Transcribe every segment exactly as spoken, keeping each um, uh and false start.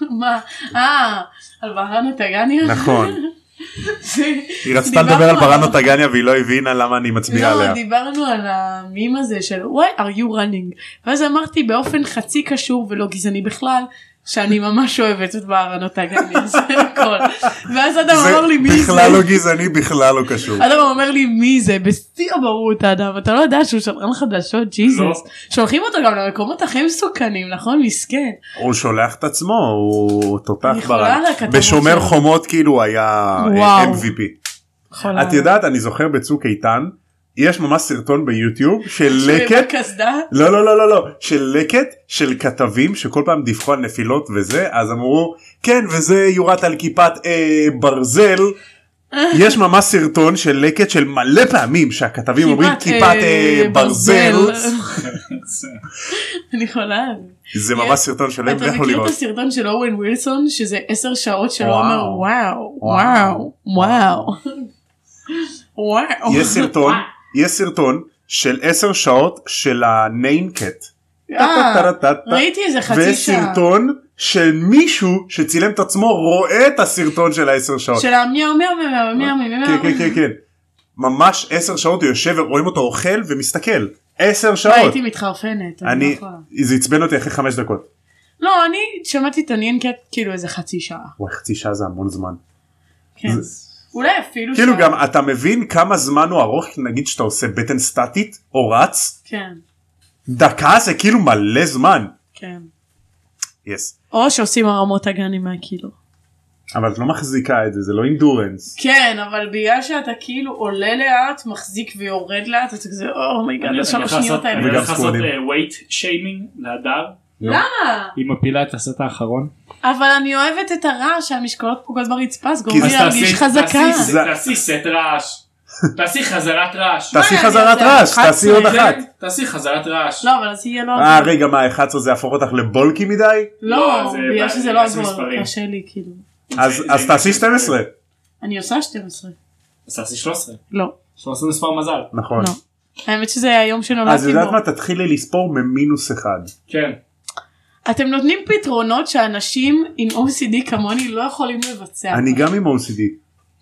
מה? אה, על ברנו טגניה? נכון. היא רצתה לדבר על ברנו טגניה והיא לא הבינה למה אני מצביע עליה. לא, דיברנו על המים הזה של why are you running? ואז אמרתי באופן חצי קשור ולא גזעני בכלל, שאני ממש אוהבת את ברנו טגניה, זה הכל. ואז אדם אמר לי מי זה. בכלל לא גזעני, בכלל לא קשור. אדם אומר לי מי זה, בשיא הברות האדם, אתה לא יודע שהוא שולחן חדשות, ג'יזוס. שולחים אותו גם למקומות הכי מסוכנים, נכון? מסכן. הוא שולח את עצמו, הוא תותח ברנו. בשומר חומות כאילו היה אם וי פי. את יודעת, אני זוכר בצוק איתן, יש ממש סרטון ביוטיוב של לקט, לא לא לא לא לא, של לקט של כתבים שכל פעם דיווחו על נפילות וזה, אז אמרו כן וזה יורת על כיפת אה, ברזל. יש ממש סרטון של לקט של מלא פעמים שהכתבים אומרים כיפת אה, ברזל. אני יכולה. זה ממש סרטון שלם. אתה מכיר את הסרטון של אורן ווילסון שזה עשר שעות שלא אומר וואו וואו וואו וואו. יש סרטון יש סרטון של עשר שעות של הניינקט. ראיתי איזה חצי שעה. וסרטון של מישהו שצילם את עצמו רואה את הסרטון של העשר שעות. של המיהו מיהו מיהו מיהו מיהו. כן כן כן. ממש עשר שעות הוא יושב ורואים אותו אוכל ומסתכל. עשר שעות. הייתי מתחרפנת. אני, זה עצבן אותי אחרי חמש דקות. לא, אני שמעתי את הניינקט כאילו איזה חצי שעה. וואי, חצי שעה זה המון זמן. כן. אולי אפילו כאילו גם אתה מבין כמה זמן הוא ארוך, נגיד שאתה עושה בטן סטטית או רץ. כן. דקה זה כאילו מלא זמן. כן. יס. או שעושים הרמות הגנים מהקילו. אבל את לא מחזיקה את זה, זה לא אינדורנס. כן, אבל בגלל שאתה כאילו עולה לאט, מחזיק ויורד לאט, אתה כזה, אומייגאד, השלוש שניות האלה. אני הולך לעשות weight shaming להדר. למה? היא מפילה את הסט האחרון. אבל אני אוהבת את הרעש שהמשקולות פוגעות ברצפה, זה גורם לי להרגיש חזקה. תעשי סט רעש. תעשי חזרת רעש. תעשי חזרת רעש, תעשי עוד אחת. תעשי חזרת רעש. לא, אבל אז יהיה לא... אה, רגע, מה, אחת עשרה זה יהפוך אותך לבולקי מדי? לא, בגלל שזה לא עגול, קשה לי כאילו. אז תעשי שתים עשרה. אני עושה שתים עשרה. אז תעשי שלוש עשרה. לא. שלוש עשרה מספר מזל. נכון. האמת שזה היום שנולדתי בו. אז יודעת מה, תתחילי לספור ממינוס אחד. כן. אתם נותנים פתרונות שאנשים עם או סי די כמוני לא יכולים לבצע. אני גם עם או סי די.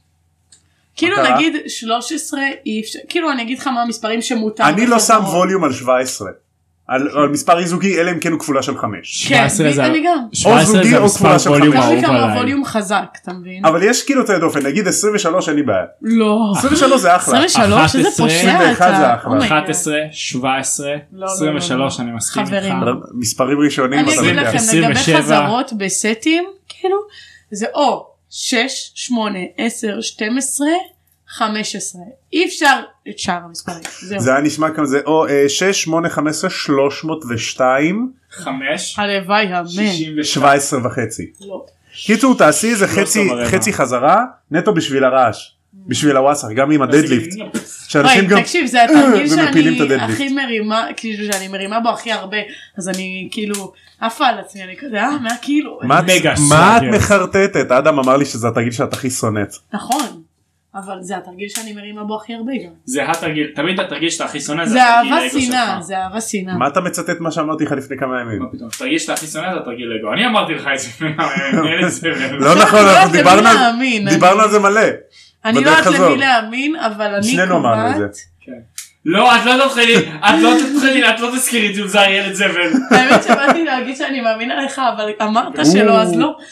כאילו נגיד שלוש עשרה אי אפשר, כאילו אני אגיד לך מה המספרים שמותר. אני לא שם ווליום על שבע עשרה. על מספר אי זוגי אלא אם כן הוא כפולה של חמש. כן, אני גם. או זוגי או כפולה של חמש. יש לי כמה ווליום חזק, אתה מבין? אבל יש כאילו צעד אופן, נגיד עשרים ושלוש אין לי בעיה. לא. עשרים ושלוש זה אחלה. עשרים ושלוש איזה פושע אתה. אחת עשרה, שבע עשרה, עשרים ושלוש אני מסכים איתך. מספרים ראשונים. אני אגיד לכם לגבי חזרות בסטים, כאילו, זה או שש, שמונה, עשר, שתים עשרה, חמש עשרה. אי אפשר את שאר המספרים. זה היה נשמע כמו זה, או שש, שמונה, חמש עשרה, שלוש מאות ושתיים. חמש. הלוואי, אמן. שבע עשרה וחצי. לא. קיצור, תעשי איזה חצי חזרה, נטו בשביל הרעש. בשביל הוואסר, גם עם הדדליפט. שאנשים גם תקשיב, זה התרגיל שאני הכי מרימה, כאילו שאני מרימה בו הכי הרבה, אז אני כאילו עפה על עצמי, אני כזה, אה, מה כאילו? מה את מחרטטת? אדם אמר לי שזה התרגיל שאת הכי שונאת. נכון. אבל זה התרגיל שאני מרימה בו הכי הרבה גם. זה התרגיל, תמיד התרגיל שאתה הכי שונא זה אהבה שנאה, זה אהבה שנאה. מה אתה מצטט מה שאמרתי לך לפני כמה ימים? התרגיל שאתה הכי שונא זה התרגיל לגו. אני אמרתי לך את זה לפני כמה ימים. לא נכון, אנחנו דיברנו על זה מלא. אני לא יודעת למי להאמין, אבל אני קובעת. לא, את לא תתחילי, את לא תתחילי, את לא תזכירי את זה הילד זבל. האמת שבאתי להגיד שאני מאמינה לך, אבל אמרת שלא, אז לא.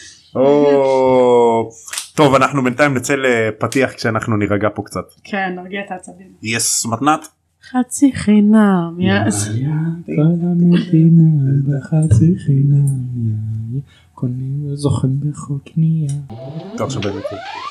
טוב, אנחנו בינתיים נצא לפתיח כשאנחנו נירגע פה קצת. כן, נרגיע את העצבים. יס, מתנת. חצי חינם, יס. כל המדינה בחצי חינם, קונים וזוכים בכל קנייה. טוב, עכשיו באמת.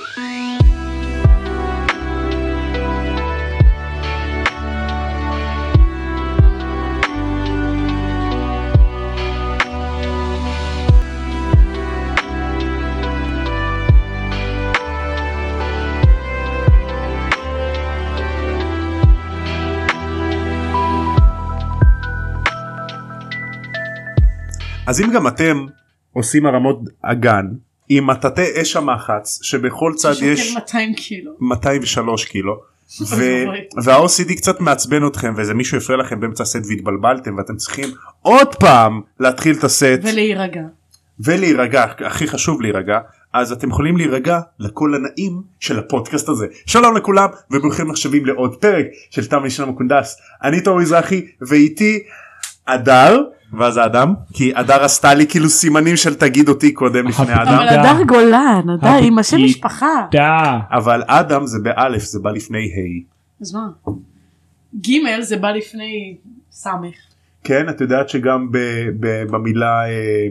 אז אם גם אתם עושים הרמות אגן עם מטאטא אש המחץ שבכל צד יש מאתיים קילו מאתיים ושלוש קילו וה-או סי די קצת מעצבן אתכם ואיזה מישהו יפריע לכם באמצע הסט והתבלבלתם ואתם צריכים עוד פעם להתחיל את הסט ולהירגע ולהירגע, הכי חשוב להירגע, אז אתם יכולים להירגע לקול הנעים של הפודקאסט הזה. שלום לכולם וברוכים מחשבים לעוד פרק של תם ושלמה קונדס. אני תור מזרחי ואיתי אדר, ואז האדם, כי אדר עשתה לי כאילו סימנים של תגיד אותי קודם לפני האדם. אבל אדר גולן, אדר עם השם משפחה. אבל אדם זה באלף, זה בא לפני ה'. אז מה? ג' זה בא לפני סמך. כן, את יודעת שגם במילה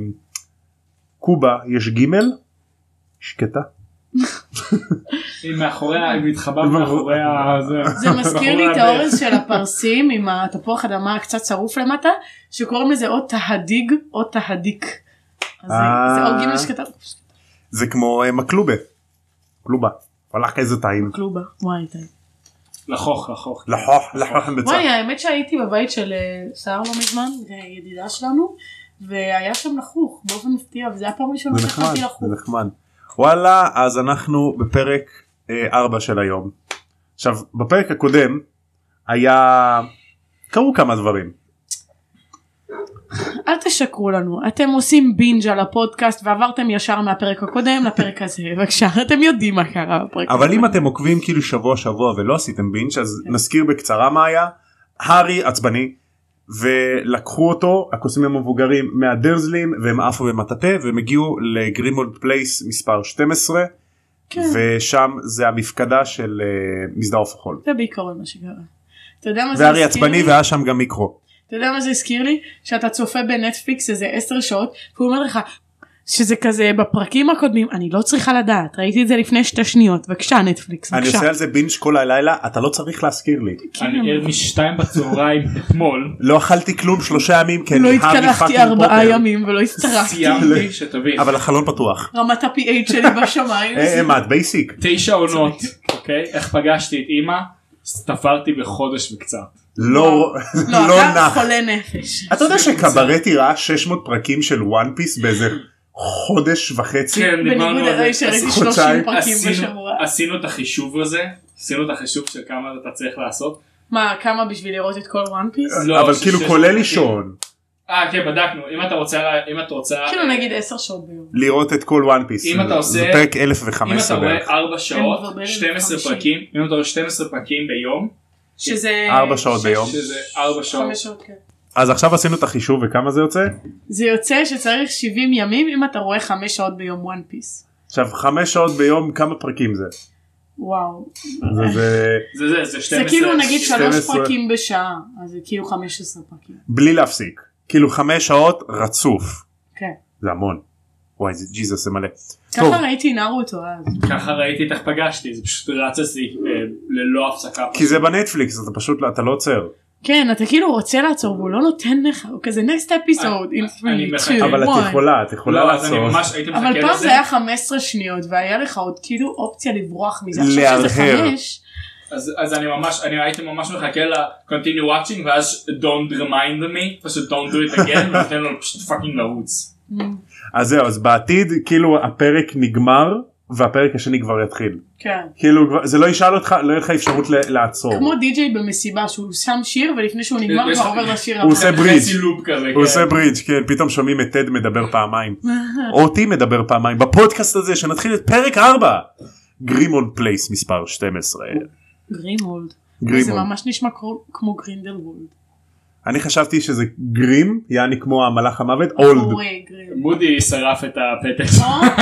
קובה יש ג' שקטה. היא מאחוריה, היא מתחבא מאחוריה. זה מזכיר לי את האורז של הפרסים עם התפוח אדמה קצת שרוף למטה, שקוראים לזה או תהדיג או תהדיק. אז זה או ג' שקטה. זה כמו מקלובה. קלובה. הלך איזה טעים. מקלובה, וואי טעים. לחוך, לחוך. לחוך, לחוך עם ביצה. וואי, האמת שהייתי בבית של שר לא מזמן, ידידה שלנו, והיה שם לחוך באופן מפתיע, וזה היה פעם ראשונה שחלתי לחוך. זה נחמד. וואלה, אז אנחנו בפרק ארבע של היום. עכשיו, בפרק הקודם היה, קרו כמה דברים. אל תשקרו לנו, אתם עושים בינג' על הפודקאסט ועברתם ישר מהפרק הקודם לפרק הזה, בבקשה, אתם יודעים מה קרה בפרק. אבל אם אתם עוקבים כאילו שבוע שבוע ולא עשיתם בינג' אז נזכיר בקצרה מה היה. הארי עצבני ולקחו אותו הקוסמים המבוגרים מהדרזלים והם עפו במטאטה והם הגיעו לגרימולד פלייס מספר שתים עשרה, כן. ושם זה המפקדה של uh, מסדר עוף החול. זה בעיקרון מה שקרה. אתה יודע מה זה והארי עצבני והיה שם גם מיקרו. אתה יודע מה זה הזכיר לי? שאתה צופה בנטפליקס איזה עשר שעות והוא אומר לך שזה כזה בפרקים הקודמים, אני לא צריכה לדעת, ראיתי את זה לפני שתי שניות, בבקשה נטפליקס, בבקשה. אני עושה על זה בינג' כל הלילה, אתה לא צריך להזכיר לי. אני ערב משתיים בצהריים אתמול. לא אכלתי כלום שלושה ימים, לא התקלחתי ארבעה ימים ולא הסתרקתי. סיימתי שתבין. אבל החלון פתוח. רמת ה-פי אייץ' שלי בשמיים. אה, מה, את בייסיק? תשע עונות, אוקיי? איך פגשתי את אמא? סתפרתי בחודש וקצת. לא, לא נח. חולה נפש. אתה יודע שקברטי ראה שש מאות פרקים של וואן פיס באיזה חודש וחצי? כן, בניגוד הרי שראיתי שלושים פרקים בשבוע. עשינו את החישוב הזה, עשינו את החישוב של כמה אתה צריך לעשות. מה, כמה בשביל לראות את כל וואן פיס? אבל כאילו כולל לישון. אה כן, בדקנו, אם אתה רוצה, אם אתה רוצה כאילו נגיד עשר שעות ביום לראות את כל וואן פיס, אם אתה עושה, זה פרק אלף וחמש עשרה, אם אתה רואה ארבע שעות, שתים עשרה פרקים, אם אתה רואה שתים עשרה פרקים ביום, שזה ארבע שעות ביום, שזה ארבע שעות, אז עכשיו עשינו את החישוב וכמה זה יוצא? זה יוצא שצריך שבעים ימים אם אתה רואה חמש שעות ביום וואן פיס. עכשיו חמש שעות ביום כמה פרקים זה? וואו, זה זה זה זה כאילו נגיד שלוש פרקים בשעה, אז זה כאילו חמש עשרה פרקים בלי להפסיק, כאילו חמש שעות רצוף. כן, זה המון. וואי, זה ג'יזוס, זה מלא. ככה ראיתי נרוטו אז. ככה ראיתי איך פגשתי, זה פשוט רץ אצלי ללא הפסקה. כי זה בנטפליקס, אתה פשוט, אתה לא עוצר. כן, אתה כאילו רוצה לעצור והוא לא נותן לך, הוא כזה next episode in three, two, one. אבל את יכולה, את יכולה לעצור. אבל פעם זה היה חמש עשרה שניות והיה לך עוד כאילו אופציה לברוח מזה. להרהר. אז, אז אני ממש, אני הייתי ממש מחכה ל-continue watching ואז don't remind me, פשוט don't do it again, ונותן לו פשוט פאקינג לרוץ. אז זהו, אז בעתיד כאילו הפרק נגמר והפרק השני כבר יתחיל. כן. כאילו זה לא ישאל אותך, לא יהיה לך אפשרות לעצור. כמו די-ג'יי במסיבה שהוא שם שיר ולפני שהוא נגמר הוא עובר לשיר. הוא עושה ברידג'. כזה, הוא עושה ברידג', כן, פתאום שומעים את טד מדבר פעמיים. או אותי מדבר פעמיים. בפודקאסט הזה שנתחיל את פרק ארבע. גרימולד פלייס מספר שתים עשרה. גרימולד. גרימולד. זה ממש נשמע כמו גרינדלוולד. אני חשבתי שזה גרים, יעני כמו המלאך המוות, אולד. מודי שרף את הפתק.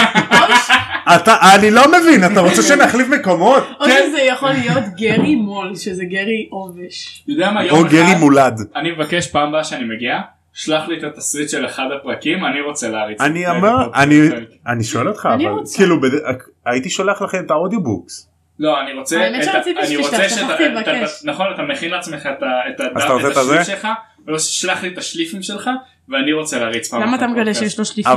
אני לא מבין, אתה רוצה שנחליף מקומות? או שזה יכול להיות גרי מול, שזה גרי עובש. או גרי מולד. אני מבקש פעם הבאה שאני מגיע, שלח לי את התסריט של אחד הפרקים, אני רוצה להריץ. אני אמר, אני שואל אותך, אבל כאילו הייתי שולח לכם את האודיובוקס. לא, אני רוצה, האמת שרציתי שתשלח, שכחתי לבקש. נכון, אתה מכין לעצמך את השליף שלך, ולא שלח לי את השליפים שלך, ואני רוצה להריץ פעם. למה אתה מגלה שיש לו שליפים?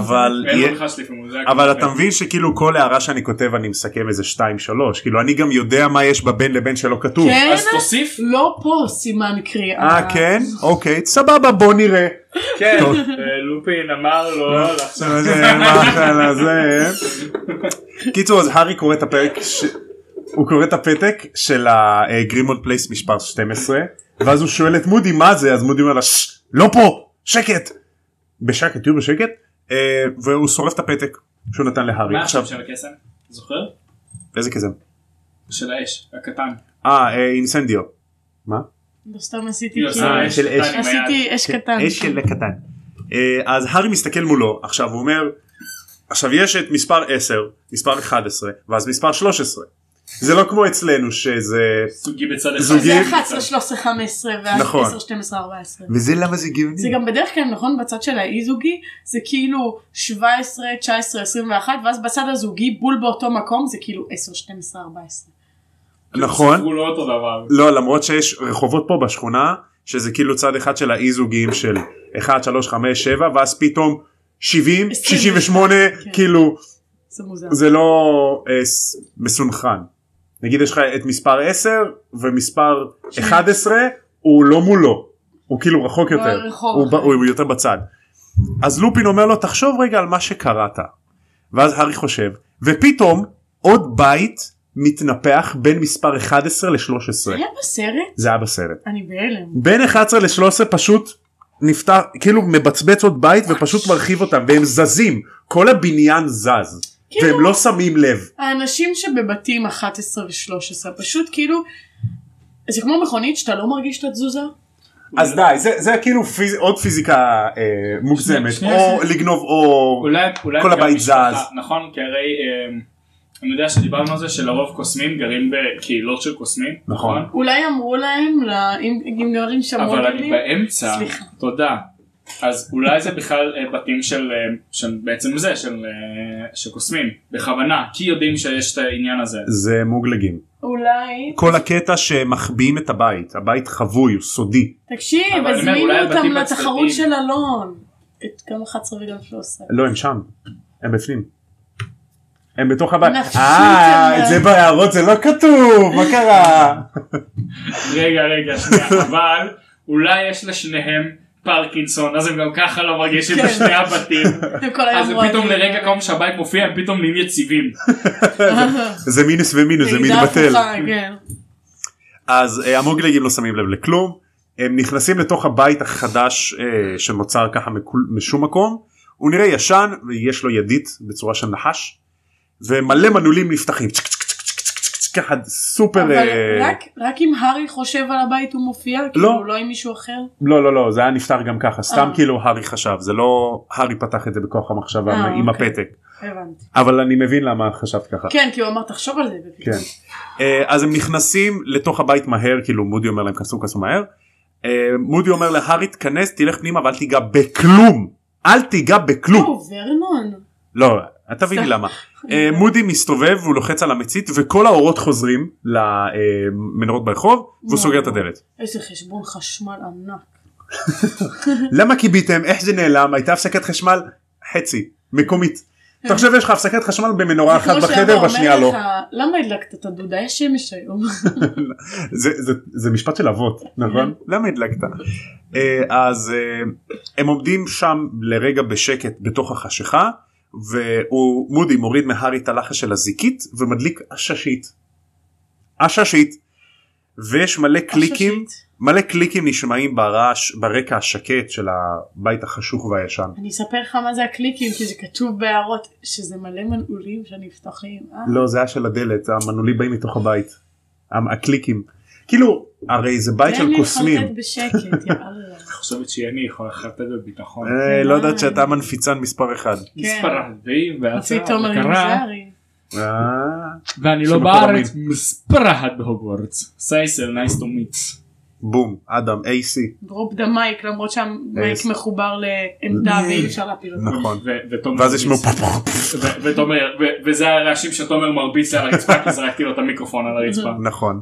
אבל אתה מבין שכאילו כל הערה שאני כותב אני מסכם איזה שתיים שלוש, כאילו אני גם יודע מה יש בבין לבין שלא כתוב. כן? אז תוסיף? לא פה סימן קריאה. אה כן? אוקיי, סבבה, בוא נראה. כן, לופין אמר לו, קיצור, אז הארי קורא את הפרק הוא קורא את הפתק של הגרימולד פלייס מספר שתים עשרה ואז הוא שואל את מודי מה זה, אז מודי אומר לה לא פה, שקט, בשקט, תהיו בשקט, והוא שורף את הפתק שהוא נתן להארי. מה השם של הקסם? זוכר? איזה קסם? של האש, הקטן. אה, אינסנדיו. מה? לא סתם עשיתי עשיתי אש קטן. אש של קטן. אז הארי מסתכל מולו, עכשיו הוא אומר, עכשיו יש את מספר עשר, מספר אחת עשרה, ואז מספר שלוש עשרה. זה לא כמו אצלנו שזה זוגי בצד אחד. זה אחת עשרה, שלוש עשרה, חמש עשרה ואז עשר, שתים עשרה, ארבע עשרה. וזה למה זה גאוני? זה גם בדרך כלל נכון בצד של האי זוגי זה כאילו שבע עשרה, תשע עשרה, עשרים ואחת ואז בצד הזוגי בול באותו מקום זה כאילו עשר, שתים עשרה, ארבע עשרה. נכון. הוא לא אותו דבר. לא, למרות שיש רחובות פה בשכונה שזה כאילו צד אחד של האי זוגיים של אחת, שלוש, חמש, שבע ואז פתאום שבעים, שישים ושמונה כאילו זה לא מסונכרן. נגיד יש לך את מספר עשר ומספר אחת עשרה הוא לא מולו, הוא כאילו רחוק יותר, הוא יותר בצד. אז לופין אומר לו תחשוב רגע על מה שקראת, ואז הארי חושב ופתאום עוד בית מתנפח בין מספר אחת עשרה ל-שלוש עשרה. זה היה בסרט? זה היה בסרט. אני בהלם. בין אחת עשרה ל-שלוש עשרה פשוט נפתח, כאילו מבצבץ עוד בית ופשוט מרחיב אותם והם זזים, כל הבניין זז. והם לא שמים לב. האנשים שבבתים אחת עשרה ו-שלוש עשרה פשוט כאילו זה כמו מכונית שאתה לא מרגיש את התזוזה. אז די, זה כאילו עוד פיזיקה מוגזמת, או לגנוב אור, כל הבית זז. נכון, כי הרי אני יודע שדיברנו על זה שלרוב קוסמים גרים בקהילות של קוסמים. נכון. אולי אמרו להם אם גרים שם אבל אני באמצע, תודה. אז אולי זה בכלל בתים של, של בעצם זה, של, של קוסמים, בכוונה, כי יודעים שיש את העניין הזה. זה מוגלגים. אולי... כל הקטע שמחביאים את הבית, הבית חבוי, הוא סודי. תקשיב, הזמינו אותם לתחרות של אלון. את גם אחת עשרה וגם שלוש עשרה. לא, הם שם, הם בפנים. הם בתוך הבית. אה, את זה בהערות, זה לא כתוב, מה קרה? רגע, רגע, שנייה, אבל אולי יש לשניהם פרקינסון, אז הם גם ככה לא מרגישים בשני הבתים, אז פתאום לרגע כמו שהבית מופיע הם פתאום נהיים יציבים. זה מינוס ומינוס, זה מתבטל. אז המוגלגים לא שמים לב לכלום, הם נכנסים לתוך הבית החדש שנוצר ככה משום מקום, הוא נראה ישן ויש לו ידית בצורה של נחש, ומלא מנעולים נפתחים, ככה סופר. אבל רק אם הארי חושב על הבית הוא מופיע, כאילו לא עם מישהו אחר? לא לא לא, זה היה נפתח גם ככה, סתם כאילו הארי חשב, זה לא הארי פתח את זה בכוח המחשבה עם הפתק. הבנתי. אבל אני מבין למה חשבת ככה. כן, כי הוא אמר תחשוב על זה. כן. אז הם נכנסים לתוך הבית מהר, כאילו מודי אומר להם כנסו כנסו מהר. מודי אומר להארי תכנס, תלך פנימה ואל תיגע בכלום. אל תיגע בכלום. או, ורנון. לא, אתה תביני למה. מודי מסתובב והוא לוחץ על המצית וכל האורות חוזרים למנורות ברחוב והוא סוגר את הדלת. איזה חשבון חשמל ענק. למה קיביתם? איך זה נעלם? הייתה הפסקת חשמל חצי, מקומית. אתה חושב יש לך הפסקת חשמל במנורה אחת בחדר בשנייה לא. למה הדלקת את הדודה? יש שמש היום. זה משפט של אבות, נכון? למה הדלקת? אז הם עומדים שם לרגע בשקט בתוך החשיכה, ומודי מוריד מהארי את הלחש של הזיקית ומדליק עששית. עששית. ויש מלא קליקים, מלא קליקים נשמעים ברעש, ברקע השקט של הבית החשוך והישן. אני אספר לך מה זה הקליקים, כי זה כתוב בהערות שזה מלא מנעולים שנפתחים. לא, זה היה של הדלת, המנעולים באים מתוך הבית. הקליקים. כאילו, הרי זה בית של קוסמים. אני חלטת בשקט, יאללה. אני חושבת שאני יכול לחלטת בביטחון. לא יודעת שאתה מנפיצן מספר אחד. מספר הדברים, ואתה וקרה. ואני לא בארץ, מספר אחד בהוגוורטס. סייסל, nice to meet. בום, אדם, איי סי. דרופ דה מייק, למרות שהמייק מחובר לעמדה ואי אפשר להפיל אותו. נכון. ואז יש מרפפ. וזה הרעשים שתומר מרביץ על הרצפה, כי זרקתי לו את המיקרופון על הרצפה. נכון.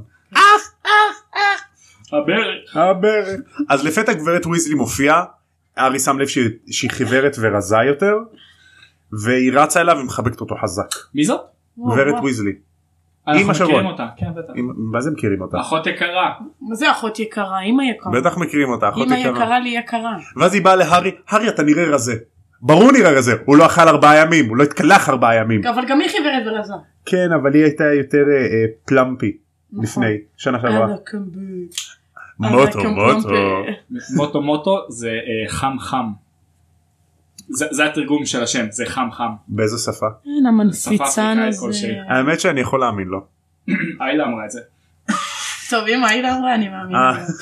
הברך. הברך. אז לפתע גברת ויזלי מופיעה, הארי שם לב שהיא חיוורת ורזה יותר, והיא רצה אליו ומחבקת אותו חזק. מי זאת? גברת ויזלי. אנחנו מכירים אותה. כן, בטח. מה זה מכירים אותה? אחות יקרה. מה זה אחות יקרה? אמא יקרה. בטח מכירים אותה, אחות יקרה. אמא יקרה לי יקרה. ואז היא באה להארי, הארי אתה נראה רזה. ברור נראה רזה, הוא לא אכל ארבעה ימים, הוא לא התקלח ארבעה ימים. אבל גם היא חיוורת ורזה. כן, אבל היא הייתה יותר פלמפי לפני שנה שעברה. מוטו מוטו. מוטו מוטו זה חם חם. זה התרגום של השם, זה חם חם. באיזה שפה? אין, המנפיצן הזה. האמת שאני יכול להאמין לו. איילה אמרה את זה. טוב, אם איילה אמרה אני מאמין.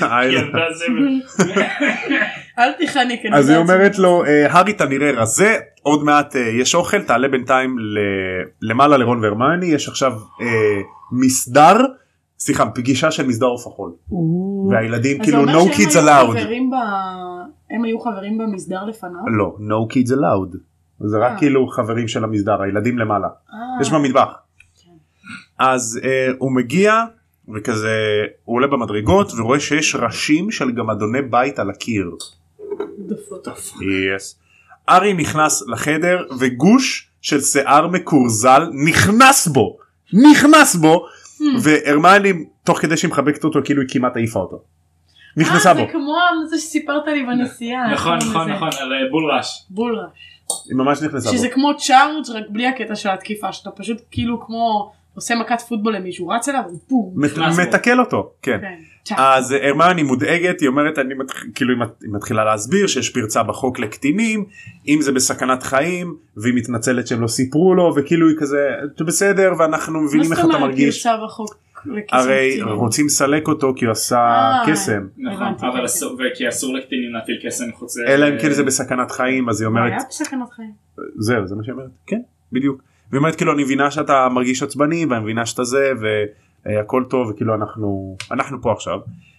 אל תחניק. אז היא אומרת לו, הארי אתה נראה רזה, עוד מעט יש אוכל, תעלה בינתיים למעלה לרון והרמיוני, יש עכשיו מסדר, סליחה, פגישה של מסדר עוף החול. והילדים כאילו no kids allowed. הם היו חברים במסדר לפניו? לא, no kids allowed. זה רק כאילו חברים של המסדר, הילדים למעלה. יש במטבח. אז הוא מגיע וכזה הוא עולה במדרגות ורואה שיש ראשים של גמדוני בית על הקיר. הארי נכנס לחדר וגוש של שיער מקורזל נכנס בו נכנס בו והרמיוני תוך כדי שהיא מחבקת אותו כאילו היא כמעט העיפה אותו. נכנסה בו. זה כמו זה שסיפרת לי בנסיעה. נכון נכון נכון על בולרש. בולרש. היא ממש נכנסה בו. שזה כמו צ'ארג' רק בלי הקטע של התקיפה שאתה פשוט כאילו כמו עושה מכת פוטבול למישהו רץ אליו ובום. מתקל אותו. כן. אז הרמיוני מודאגת היא אומרת אני כאילו היא מתחילה להסביר שיש פרצה בחוק לקטינים אם זה בסכנת חיים והיא מתנצלת שהם לא סיפרו לו וכאילו היא כזה בסדר ואנחנו מבינים איך אתה מרגיש. הרי רוצים לסלק אותו כי הוא עשה קסם. נכון, אבל כי אסור לקטינים להטיל קסם חוץ. אלא אם כן זה בסכנת חיים אז היא אומרת. היה בסכנת חיים. זהו זה מה שהיא אומרת. כן בדיוק. והיא אומרת כאילו אני מבינה שאתה מרגיש עצבני ואני מבינה שאתה זה והכל טוב וכאילו אנחנו אנחנו פה עכשיו.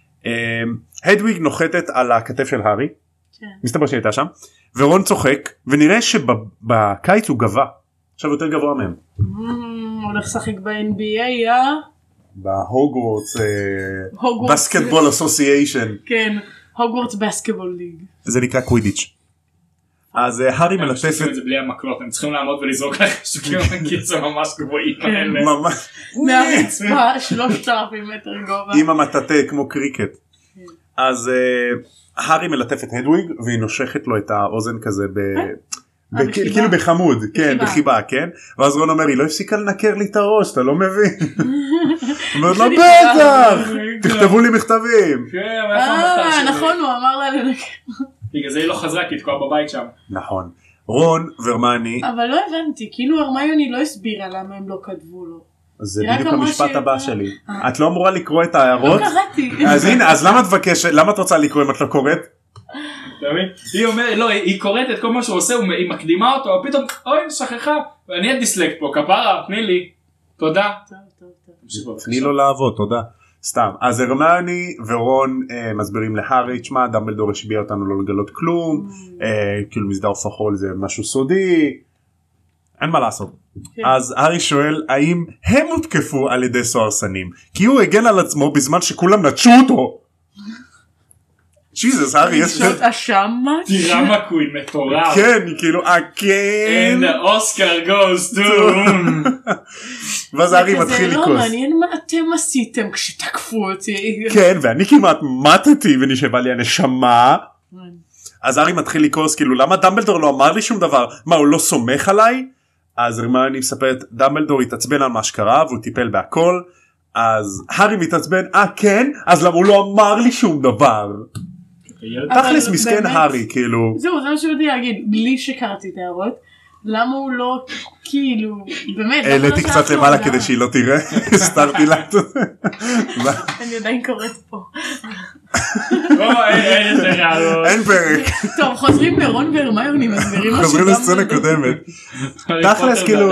הדוויג נוחתת על הכתף של הארי. מסתבר שהייתה שם. ורון צוחק ונראה שבקיץ הוא גבה. עכשיו יותר גבוה מהם. הולך לשחק ב-אן בי איי אה? בהוגוורטס בסקטבול אסוסיישן. כן, הוגוורטס בסקטבול ליג. זה נקרא קווידיץ'. אז הארי מלטפת. הם עושים את זה בלי המקלות, הם צריכים לעמוד ולזרוק לך שוקרים קיצר ממש גבוהים. ממש. מהרצפה שלושת אלפים מטר גובה. עם המטאטה כמו קריקט. אז הארי מלטף את הדוויג והיא נושכת לו את האוזן כזה כאילו בחמוד, כן, בחיבה, כן? ואז רון אומר, היא לא הפסיקה לנקר לי את הראש, אתה לא מבין. אומרת לה, בטח, תכתבו לי מכתבים. אה, נכון, הוא אמר לה לנקר. בגלל זה היא לא חזרה, כי היא תקועה בבית שם. נכון. רון והרמיוני. אבל לא הבנתי, כאילו הרמיוני לא הסבירה למה הם לא כתבו לו. זה בדיוק המשפט הבא שלי. את לא אמורה לקרוא את ההערות? לא קראתי. אז הנה, אז למה את מבקשת, למה את רוצה לקרוא אם את לא קוראת? היא אומרת, לא, היא קוראת את כל מה שהוא עושה, היא מקדימה אותו, פתאום, אוי, שכחה, ואני הדיסלקט פה, כפרה, תני לי, תודה. תני לו לעבוד, תודה. סתם. אז הרמיוני ורון מסבירים להארי, תשמע, דמבלדור השביע אותנו לא לגלות כלום, כאילו מסדר עוף החול זה משהו סודי, אין מה לעשות. אז הארי שואל, האם הם הותקפו על ידי סוהרסנים? כי הוא הגן על עצמו בזמן שכולם נטשו אותו. ג'יזוס, הארי, יש... זאת אשמה? תירה מקוי, מטורף. כן, היא כאילו, אה, כן. And the Oscar goes to... ואז הארי מתחיל לקוס. זה לא מעניין מה אתם עשיתם כשתקפו אותי. כן, ואני כמעט מתתי ונשאבה לי הנשמה. אז הארי מתחיל לקוס, כאילו, למה דמבלדור לא אמר לי שום דבר? מה, הוא לא סומך עליי? אז הרמיוני מספרת, דמבלדור התעצבן על מה שקרה, והוא טיפל בהכל. אז הארי מתעצבן, אה, כן? אז למה הוא לא אמר לי שום דבר? תכלס מסכן הארי כאילו זהו זה מה שהוא יודע להגיד בלי שקראתי את הערות למה הוא לא כאילו באמת העליתי קצת למעלה כדי שהיא לא תראה הסתרתי לה אני עדיין קוראת פה אין פרק טוב חוזרים לרון והרמיוני מסבירים חוזרים לסצנה קודמת תכלס כאילו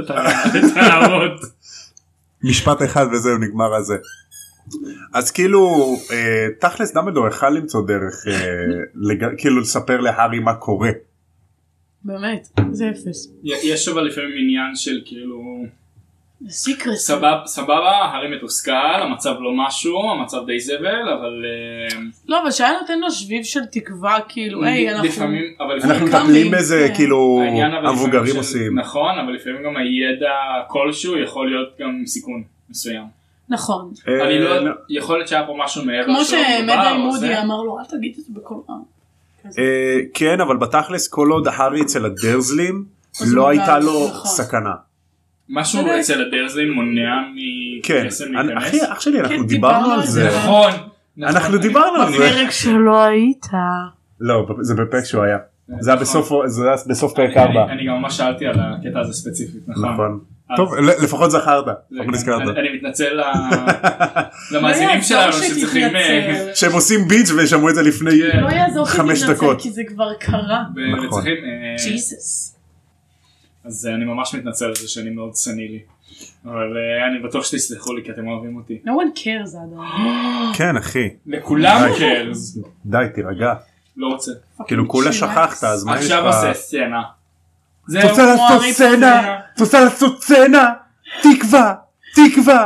משפט אחד וזהו נגמר הזה אז כאילו תכלס דמבלדור יכל למצוא דרך כאילו לספר להארי מה קורה. באמת זה אפס. יש אבל לפעמים עניין של כאילו סיקרס. סבבה הארי מתוסכל המצב לא משהו המצב די זבל אבל לא אבל שהיה נותן לו שביב של תקווה כאילו אנחנו מטפלים בזה כאילו המבוגרים עושים נכון אבל לפעמים גם הידע כלשהו יכול להיות גם סיכון מסוים. נכון. אני לא, יכול להיות שהיה פה משהו מעבר. כמו שמדי מודי אמר לו, אל תגיד את זה בכל רם. כן, אבל בתכלס כל עוד הארי אצל הדרזלים, לא הייתה לו סכנה. משהו אצל הדרזלים מונע מקסם להיכנס? אחי, אח שלי, אנחנו דיברנו על זה. נכון. אנחנו דיברנו על זה. בפרק שלא היית. לא, זה בפרק שהוא היה. זה היה בסוף פרק ארבע. אני גם ממש שאלתי על הקטע הזה ספציפית, נכון. טוב, לפחות זכרת. אני מתנצל למאזינים שלנו שצריכים... שהם עושים ביץ' ושמעו את זה לפני חמש דקות. כי זה כבר קרה. וצריכים... ג'יזוס. אז אני ממש מתנצל על זה שאני מאוד סנילי. אבל אני בטוח שתסלחו לי כי אתם אוהבים אותי. No one cares אדם. כן אחי. לכולם cares. די תירגע. לא רוצה. כאילו כולה שכחת אז מה יש לך? עכשיו עושה סצנה. אתה רוצה לעשות סצנה? אתה רוצה לעשות סצנה? תקווה, תקווה.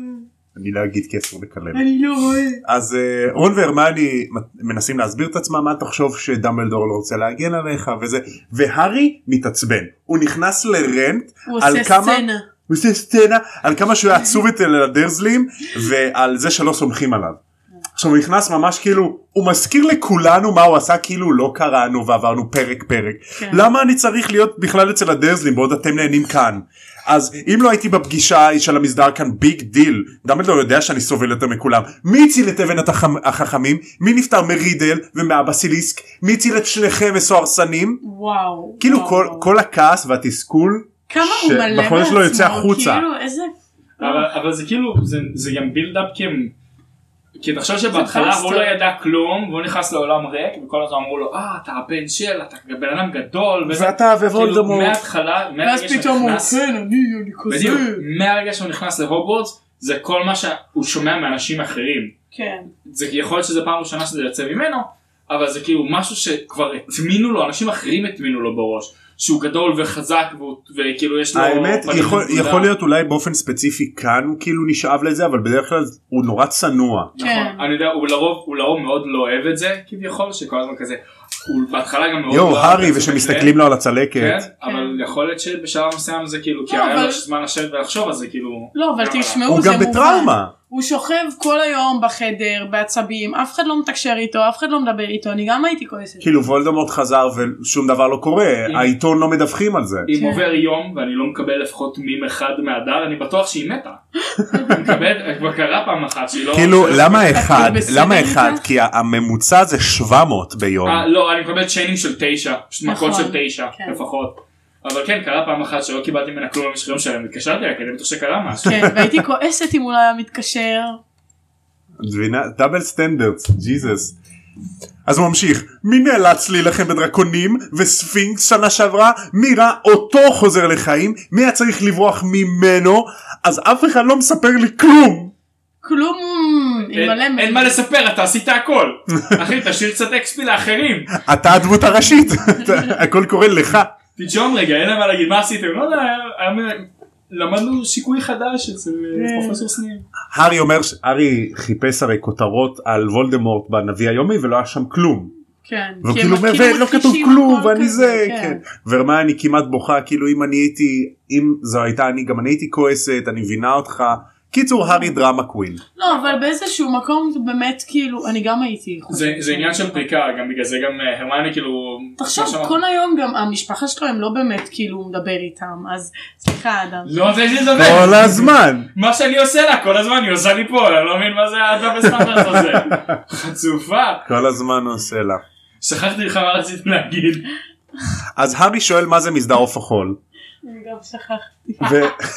אני לא אגיד כי אסור לקלל. אני לא רואה. אז רון והרמיוני מנסים להסביר את עצמם, מה תחשוב שדמבלדור לא רוצה להגן עליך וזה, והארי מתעצבן. הוא נכנס לרנט. הוא עושה סצנה. הוא עושה סצנה על כמה שהוא עצוב את הדרזלים ועל זה שלא סומכים עליו. עכשיו הוא נכנס ממש כאילו, הוא מזכיר לכולנו מה הוא עשה כאילו לא קראנו ועברנו פרק פרק. כן. למה אני צריך להיות בכלל אצל הדרזלים בעוד אתם נהנים כאן? אז אם לא הייתי בפגישה של המסדר כאן ביג דיל, דמבלדור יודע שאני סובל יותר מכולם. מי הציל את אבן החכמים? מי נפטר מרידל ומהבסיליסק? מי הציל את שניכם מסוהרסנים? וואו. כאילו וואו, כל, וואו. כל הכעס והתסכול כמה הוא מלא בחודש לא יוצא החוצה. כאילו איזה... אבל, אבל זה כאילו, זה, זה גם בילדאפ כי הם... כי תחשוב שבהתחלה הוא לא ידע כלום והוא נכנס לעולם ריק וכל הזמן אמרו לו אה אתה הבן של אתה בן אדם גדול ואתה ווולדמורט מההתחלה ואז פתאום הוא כן אני כזה מהרגע שהוא נכנס להוגוורטס זה כל מה שהוא שומע מאנשים אחרים. כן. זה יכול להיות שזה פעם ראשונה שזה יוצא ממנו אבל זה כאילו משהו שכבר התמינו לו אנשים אחרים התמינו לו בראש שהוא גדול וחזק וכאילו יש לו... האמת יכול, יכול להיות אולי באופן ספציפי כאן הוא כאילו נשאב לזה אבל בדרך כלל הוא נורא צנוע. נכון, אני יודע הוא לרוב, הוא לרוב מאוד לא אוהב את זה כביכול שכל הזמן כזה הוא בהתחלה גם מאוד... יו הארי ושמסתכלים לו על הצלקת. כן, אבל יכול להיות שבשלב מסוים זה כאילו כי היה לו זמן לשבת ולחשוב אז זה כאילו... לא אבל תשמעו הוא גם בטראומה. הוא שוכב כל היום בחדר בעצבים אף אחד לא מתקשר איתו אף אחד לא מדבר איתו אני גם הייתי כועסת. כאילו וולדמורט חזר ושום דבר לא קורה העיתון לא מדווחים על זה. אם עובר יום ואני לא מקבל לפחות מים אחד מהדר אני בטוח שהיא מתה. אני מקבל כבר קרה פעם אחת שהיא לא... כאילו למה אחד למה אחד כי הממוצע זה שבע מאות ביום. לא אני מקבל צ'יינים של תשע מכות של תשע לפחות. אבל כן קרה פעם אחת שלא קיבלתי ממנה כלום במשחקים שלהם התקשרתי לה כי אני בטוח שקרה משהו. כן והייתי כועסת אם הוא לא היה מתקשר. דאבל סטנדרדס ג'יזוס. אז הוא ממשיך מי נאלץ להילחם בדרקונים וספינקס שנה שעברה מי ראה אותו חוזר לחיים מי היה צריך לברוח ממנו אז אף אחד לא מספר לי כלום. כלום. אין מה לספר אתה עשית הכל. אחי תשאיר קצת אקספי לאחרים. אתה הדמות הראשית הכל קורה לך. תג'ון רגע אין מה להגיד מה עשיתם לא יודע למדנו שיקוי חדש אצל פרופסור סניר. הארי אומר הארי חיפש הרי כותרות על וולדמורט בנביא היומי ולא היה שם כלום. כן. וכאילו לא כתוב כלום ואני זה כן. והרמיוני כמעט בוכה כאילו אם אני הייתי אם זו הייתה אני גם אני הייתי כועסת אני מבינה אותך. קיצור הארי דרמה קווין. לא אבל באיזשהו מקום זה באמת כאילו אני גם הייתי זה עניין של פריקה גם בגלל זה גם הרמיוני כאילו תחשוב כל היום גם המשפחה שלו הם לא באמת כאילו מדבר איתם אז סליחה אדם לא זה יש לי לדבר כל הזמן מה שאני עושה לה כל הזמן היא עושה לי פה אני לא מבין מה זה הדבר סטנדרט הזה חצופה כל הזמן הוא עושה לה שכחתי לך מה רציתי להגיד אז הארי שואל מה זה מסדר עוף החול אני גם שכחתי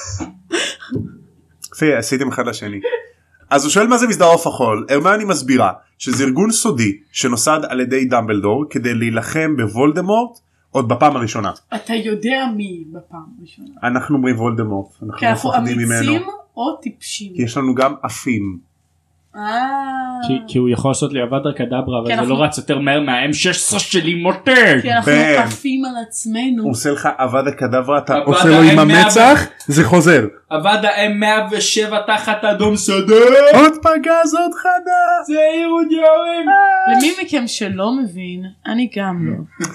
יפה, עשיתם אחד לשני. אז הוא שואל מה זה מסדר עוף החול. הרמיוני מסבירה שזה ארגון סודי שנוסד על ידי דמבלדור כדי להילחם בוולדמורט עוד בפעם הראשונה. אתה יודע מי בפעם הראשונה? אנחנו אומרים וולדמורט. כי אנחנו אמיצים או טיפשים? כי יש לנו גם אפים. כי הוא יכול לעשות לי אבדה קדברה אבל זה לא רץ יותר מהר מה-אם שש עשרה שלי מותק כי אנחנו עפים על עצמנו הוא עושה לך אבדה קדברה אתה עושה לו עם המצח זה חוזר אבדה אם מאה ושבע תחת אדום סדר עוד פגז עוד חדה זה ירוד יורים למי מכם שלא מבין אני גם לא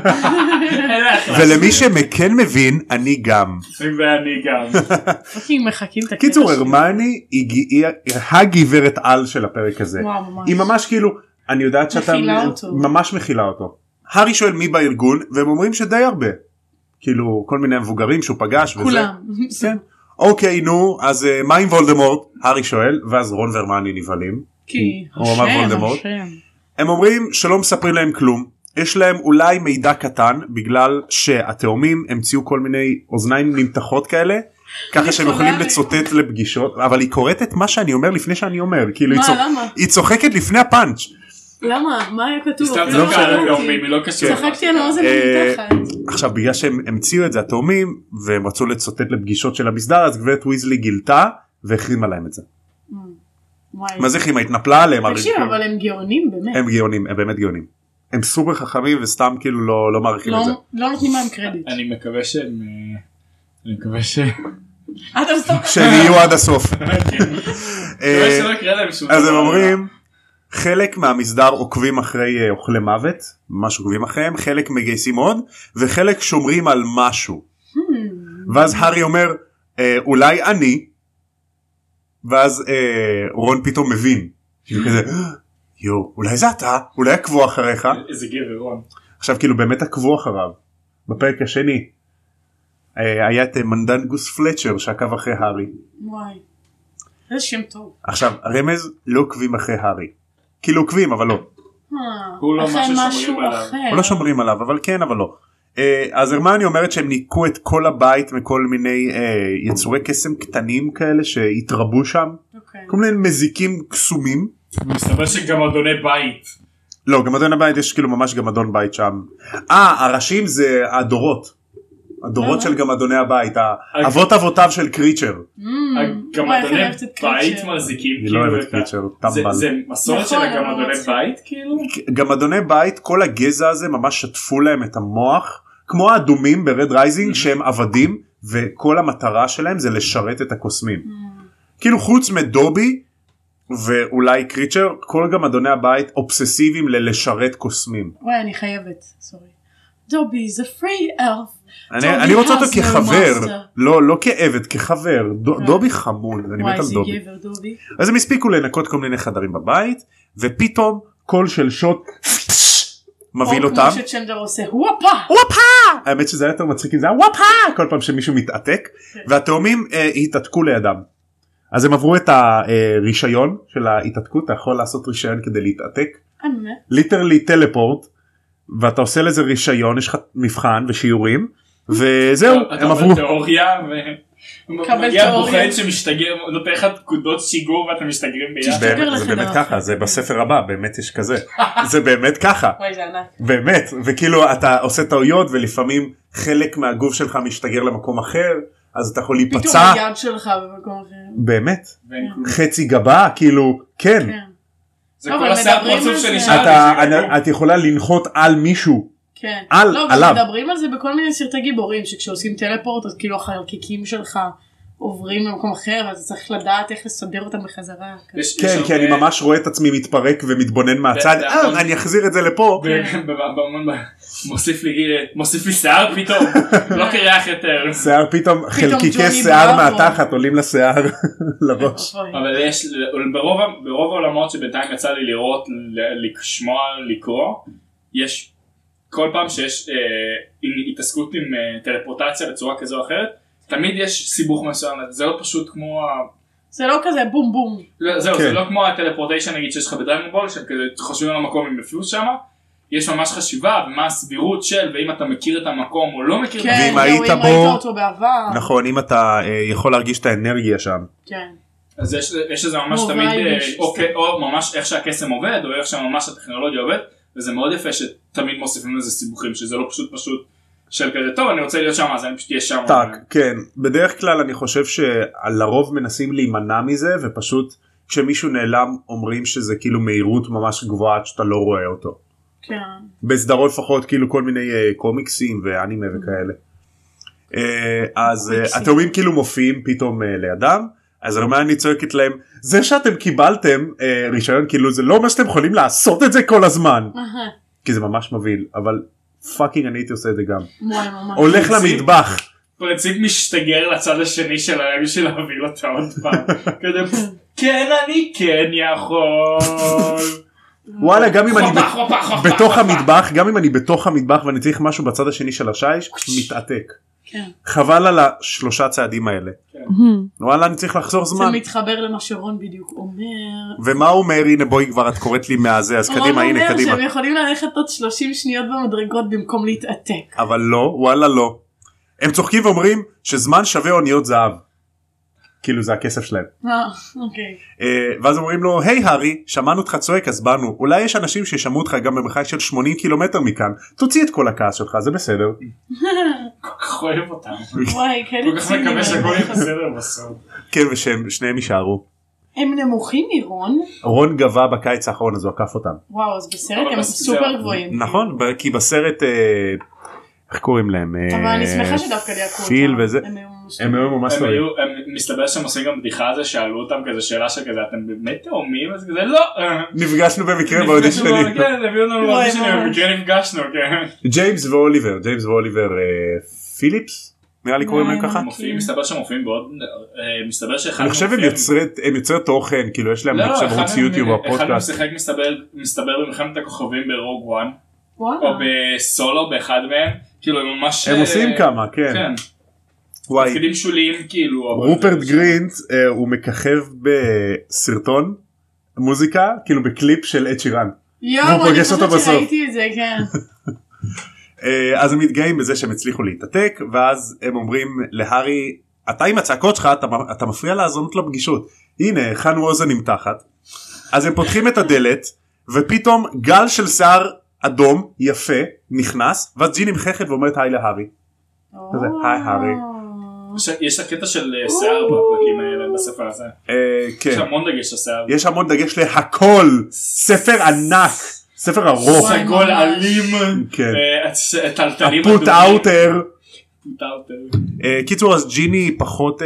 ולמי שמכן מבין אני גם ואני גם מחכים את הקטע קיצור הרמיוני היא הגברת על של הפרק הזה היא ממש כאילו אני יודעת שאתה ממש מכילה אותו. הארי שואל מי בארגון והם אומרים שדי הרבה כאילו כל מיני מבוגרים שהוא פגש כולם אוקיי נו אז מה עם וולדמורט הארי שואל ואז רון והרמיוני נבהלים כי הם אומרים שלא מספרים להם כלום יש להם אולי מידע קטן בגלל שהתאומים המציאו כל מיני אוזניים נמתחות כאלה ככה שהם יכולים לצוטט לפגישות, אבל היא קוראת את מה שאני אומר לפני שאני אומר, כאילו היא צוחקת לפני הפאנץ'. למה? מה היה כתוב? סתם צחקה על התאומים, היא לא קשור. צחקתי על האוזן נמתחת. עכשיו בגלל שהם המציאו את זה התאומים והם רצו לצוטט לפגישות של המסדר, אז גברת ויזלי גילתה והחרימה להם את זה. מה זה חימה? התנפלה עליהם. תקשיב, אבל הם גאונים באמת. הם גאונים, הם באמת גאונים. הם סופר חכמים וסתם כאילו לא מעריכים את זה. לא נותנים להם קרדיט. אני מקווה שהם... אני מקווה ש... שהם יהיו עד הסוף. אז הם אומרים, חלק מהמסדר עוקבים אחרי אוכלי מוות, ממש עוקבים אחריהם, חלק מגייסים עוד, וחלק שומרים על משהו. ואז הארי אומר, אולי אני, ואז רון פתאום מבין. כזה, יו, אולי זה אתה, אולי עקבו אחריך. איזה גבר רון. עכשיו כאילו באמת עקבו אחריו. בפרק השני. היה את מנדנגוס פלצ'ר שעקב אחרי הארי. וואי. איזה שם טוב. עכשיו רמז לא עוקבים אחרי הארי. כאילו עוקבים אבל לא. הוא לא משהו עליו. הוא לא שומרים עליו אבל כן אבל לא. אז הרמיוני אומרת שהם ניקו את כל הבית מכל מיני יצורי קסם קטנים כאלה שהתרבו שם. כל מיני מזיקים קסומים. מסתבר שגמדוני בית. לא, גמדון הבית יש כאילו ממש גמדון בית שם. אה, הראשים זה הדורות. הדורות של גמדוני הבית, אבות אבותיו של קריצ'ר. גמדוני בית מזיקים. אני לא אוהבת קריצ'ר, טמבל. זה מסורת של הגמדוני בית כאילו? גמדוני בית, כל הגזע הזה ממש שטפו להם את המוח, כמו האדומים ברד רייזינג שהם עבדים, וכל המטרה שלהם זה לשרת את הקוסמים. כאילו חוץ מדובי, ואולי קריצ'ר, כל גמדוני הבית אובססיביים ללשרת קוסמים. וואי, אני חייבת, סורי. דובי זה פרי אלף. אני רוצה אותו כחבר, לא כעבד, כחבר. דובי חמוד, אני מת על דובי. אז הם הספיקו לנקות כל מיני חדרים בבית, ופתאום קול של שוט מביא אותם. או כמו שצ'נדר עושה, וואפה! וואפה! האמת שזה היה יותר מצחיק אם זה היה וואפה! כל פעם שמישהו מתעתק, והתאומים התעתקו לידם. אז הם עברו את הרישיון של ההתעתקות, אתה יכול לעשות רישיון כדי להתעתק. ליטרלי טלפורט, ואתה עושה לזה רישיון, יש לך מבחן ושיעורים, וזהו, הם עברו. אתה תיאוריה, ומגיע בוחן שמשתגר, נותן לך פקודות שיגור ואתם משתגרים ביחד. זה באמת ככה, זה בספר הבא, באמת יש כזה. זה באמת ככה. וואי, זה ענק. באמת, וכאילו אתה עושה טעויות, ולפעמים חלק מהגוף שלך משתגר למקום אחר, אז אתה יכול להיפצע. פתאום היד שלך במקום אחר. באמת. חצי גבה, כאילו, כן. זה כל השיער פרצוף שנשאר. את יכולה לנחות על מישהו. כן. על, לא, עליו. מדברים על זה בכל מיני סרטי גיבורים, שכשעושים טלפורט, אז כאילו החלקיקים שלך עוברים למקום אחר, אז צריך לדעת איך לסדר אותם בחזרה. כן, כי אני ממש רואה את עצמי מתפרק ומתבונן מהצד, אה, אני אחזיר את זה לפה. מוסיף לי שיער פתאום, לא קריח יותר. שיער פתאום, חלקיקי שיער מהתחת עולים לשיער לראש. אבל יש, ברוב העולמות שבינתיים יצא לי לראות, לשמוע, לקרוא, יש כל פעם שיש התעסקות עם טלפורטציה בצורה כזו או אחרת, תמיד יש סיבוך מסוים, זה לא פשוט כמו זה לא כזה בום בום. זהו, זה לא כמו הטלפורטיישן נגיד שיש לך בדרייגון בול, שכזה חושבים על המקום עם מפלוס שם, יש ממש חשיבה ומה הסבירות של, ואם אתה מכיר את המקום או לא מכיר את המקום. ואם היית בו, נכון, אם אתה יכול להרגיש את האנרגיה שם. כן. אז יש לזה ממש תמיד, או ממש איך שהקסם עובד, או איך שממש הטכנולוגיה עובד, וזה מאוד יפה שתמיד מוסיפים לזה סיבוכים, שזה לא פשוט פשוט של כזה, טוב אני רוצה להיות שם, אז אני פשוט אהיה שם. טק, כן, בדרך כלל אני חושב שלרוב מנסים להימנע מזה, ופשוט כשמישהו נעלם אומרים שזה כאילו מהירות ממש גבוהה שאתה לא רואה אותו. כן. בסדרות לפחות כאילו כל מיני קומיקסים ואנימה וכאלה. אז התאומים כאילו מופיעים פתאום לידם, אז הרמיוני צועקת להם, זה שאתם קיבלתם רישיון כאילו זה לא אומר שאתם יכולים לעשות את זה כל הזמן. כי זה ממש מבהיל, אבל פאקינג אני הייתי עושה את זה גם. הולך למטבח. פרינציפ משתגר לצד השני של הרגע של להביא אותה עוד פעם. כן אני כן יכול. וואלה, גם אם אני בתוך המטבח, גם אם אני בתוך המטבח ואני צריך משהו בצד השני של השיש, מתעתק. חבל על השלושה צעדים האלה. וואלה אני צריך לחזור זמן. זה מתחבר למה שרון בדיוק אומר. ומה הוא אומר? הנה בואי כבר את קוראת לי מהזה אז קדימה הנה קדימה. רון אומר שהם יכולים ללכת עוד שלושים שניות במדרגות במקום להתעתק. אבל לא וואלה לא. הם צוחקים ואומרים שזמן שווה אוניות זהב. כאילו זה הכסף שלהם. אה, אוקיי. ואז אומרים לו, היי הארי, שמענו אותך צועק אז באנו, אולי יש אנשים שישמעו אותך גם במרחק של שמונים קילומטר מכאן, תוציא את כל הכעס שלך, זה בסדר. כל כך אוהב אותם. וואי, כן. כל כך מקווה שהכל יהיה בסדר בסוף. כן, ושניהם יישארו. הם נמוכים מרון? רון גבה בקיץ האחרון אז הוא עקף אותם. וואו, אז בסרט הם סופר גבוהים. נכון, כי בסרט, איך קוראים להם? אבל אני שמחה שדווקא דייקו אותם. פיל וזה. הם היו ממש טובים. מסתבר שהם עושים גם בדיחה על זה, שאלו אותם כזה שאלה שכזה אתם באמת תאומים? אז כזה לא. נפגשנו במקרה באודישנים. כן, הביאו לנו באודישנים, במקרה נפגשנו, כן. ג'יימס ואוליבר, ג'יימס ואוליבר פיליפס, נראה לי קוראים להם ככה. מסתבר שהם מופיעים בעוד, מסתבר שאחד אני חושב הם יוצרי תוכן, כאילו יש להם ערוץ יוטיוב או פודקאסט. אחד מהם שיחק מסתבר במלחמת הכוכבים ברוג וואן, או בסולו באחד מהם, כאילו הם ממש... הם עושים כמה, כן. תפקידים שוליים כאילו. רופרט גרינט הוא מככב בסרטון מוזיקה כאילו בקליפ של אד שירן. יואו אני חושבת שראיתי את זה כן. אז הם מתגאים בזה שהם הצליחו להתעתק ואז הם אומרים להרי אתה עם הצעקות שלך אתה מפריע להאזנות לפגישות. הנה חנו אוזן נמתחת. אז הם פותחים את הדלת ופתאום גל של שיער אדום יפה נכנס ואז ג'יני מחכת ואומרת היי להרי. היי הארי. יש הקטע של שיער בפרקים האלה בספר הזה. יש המון דגש לשיער. יש המון דגש להכל. ספר ענק. ספר ארוך. סגול אלים. טלטלים אדומים. הפוט אאוטר. קיצור אז ג'יני פחות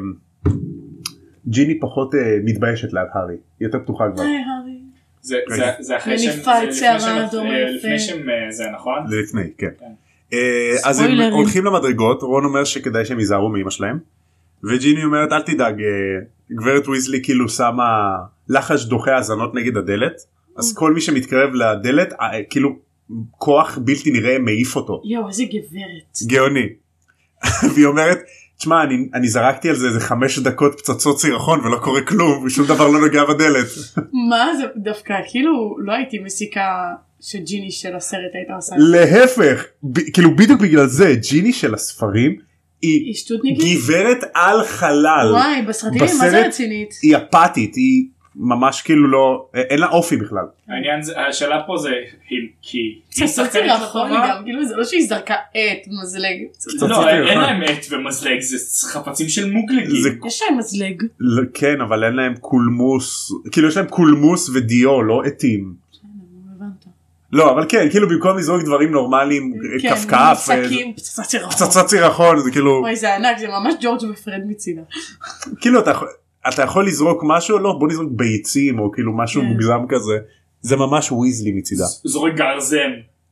ג'יני פחות מתביישת ליד הארי. היא יותר פתוחה כבר. היי הארי. זה אחרי שהם. לפני שהם זה נכון? זה לפני כן. אז הם הולכים למדרגות, רון אומר שכדאי שהם ייזהרו מאמא שלהם וג'יני אומרת אל תדאג גברת ויזלי כאילו שמה לחש דוחה האזנות נגד הדלת אז כל מי שמתקרב לדלת כאילו כוח בלתי נראה מעיף אותו. יואו איזה גברת גאוני. והיא אומרת תשמע אני, אני זרקתי על זה איזה חמש דקות פצצות סירחון ולא קורה כלום ושום דבר לא נוגע בדלת. מה זה דווקא כאילו לא הייתי מסיקה שג'יני של הסרט הייתה עושה. להפך, ב- כאילו בדיוק בגלל זה ג'יני של הספרים היא גברת על חלל. וואי בסרטים מה זה רצינית? היא אפתית, היא ממש כאילו לא, אין לה אופי בכלל. העניין, השאלה פה זה כי פצצות סירחון גם, כאילו זה לא שהיא זרקה עט מזלג. לא, אין להם עט ומזלג, זה חפצים של מוגלגים. יש להם מזלג. כן, אבל אין להם קולמוס, כאילו יש להם קולמוס ודיו, לא עטים. לא אבל כן כאילו במקום לזרוק דברים נורמליים כפכף פצצת סירחון זה כאילו וואי זה ענק זה ממש ג'ורג' ופרד מצידה כאילו אתה יכול לזרוק משהו לא בוא נזרוק ביצים או כאילו משהו מוגזם כזה זה ממש ויזלי מצידה זורק גרזן.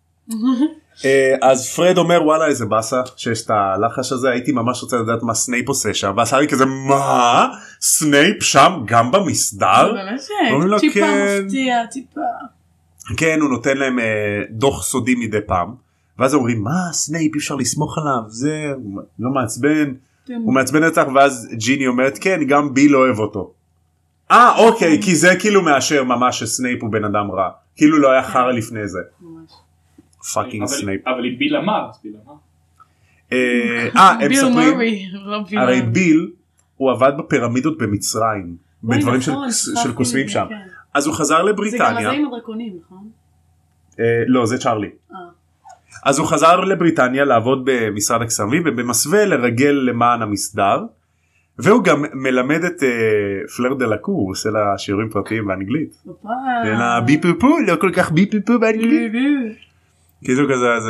אז פרד אומר וואלה איזה באסה שיש את הלחש הזה הייתי ממש רוצה לדעת מה סנייפ עושה שם ואז הארי כזה מה סנייפ שם גם במסדר? באמת טיפה מפתיע טיפה כן הוא נותן להם אה, דוח סודי מדי פעם ואז אומרים מה סנייפ אי אפשר לסמוך עליו זה לא מעצבן הוא מעצבן אותך ואז ג'יני אומרת כן גם ביל אוהב אותו אה אוקיי כי זה כאילו מאשר ממש שסנייפ הוא בן אדם רע כאילו לא היה חרא לפני זה פאקינג סנייפ אבל היא ביל אמר אה הם מספרים הרי ביל הוא עבד בפירמידות במצרים בדברים של קוסמים שם אז הוא חזר לבריטניה. זה גם הזה עם הדרקונים, נכון? לא, זה צ'ארלי. אז הוא חזר לבריטניה לעבוד במשרד הכספים ובמסווה לרגל למען המסדר והוא גם מלמד את פלר דה לקו, הוא עושה לה שיעורים פרטיים באנגלית. אלא ביפופו, לא כל כך ביפופו באנגלית. כי זה כזה, אז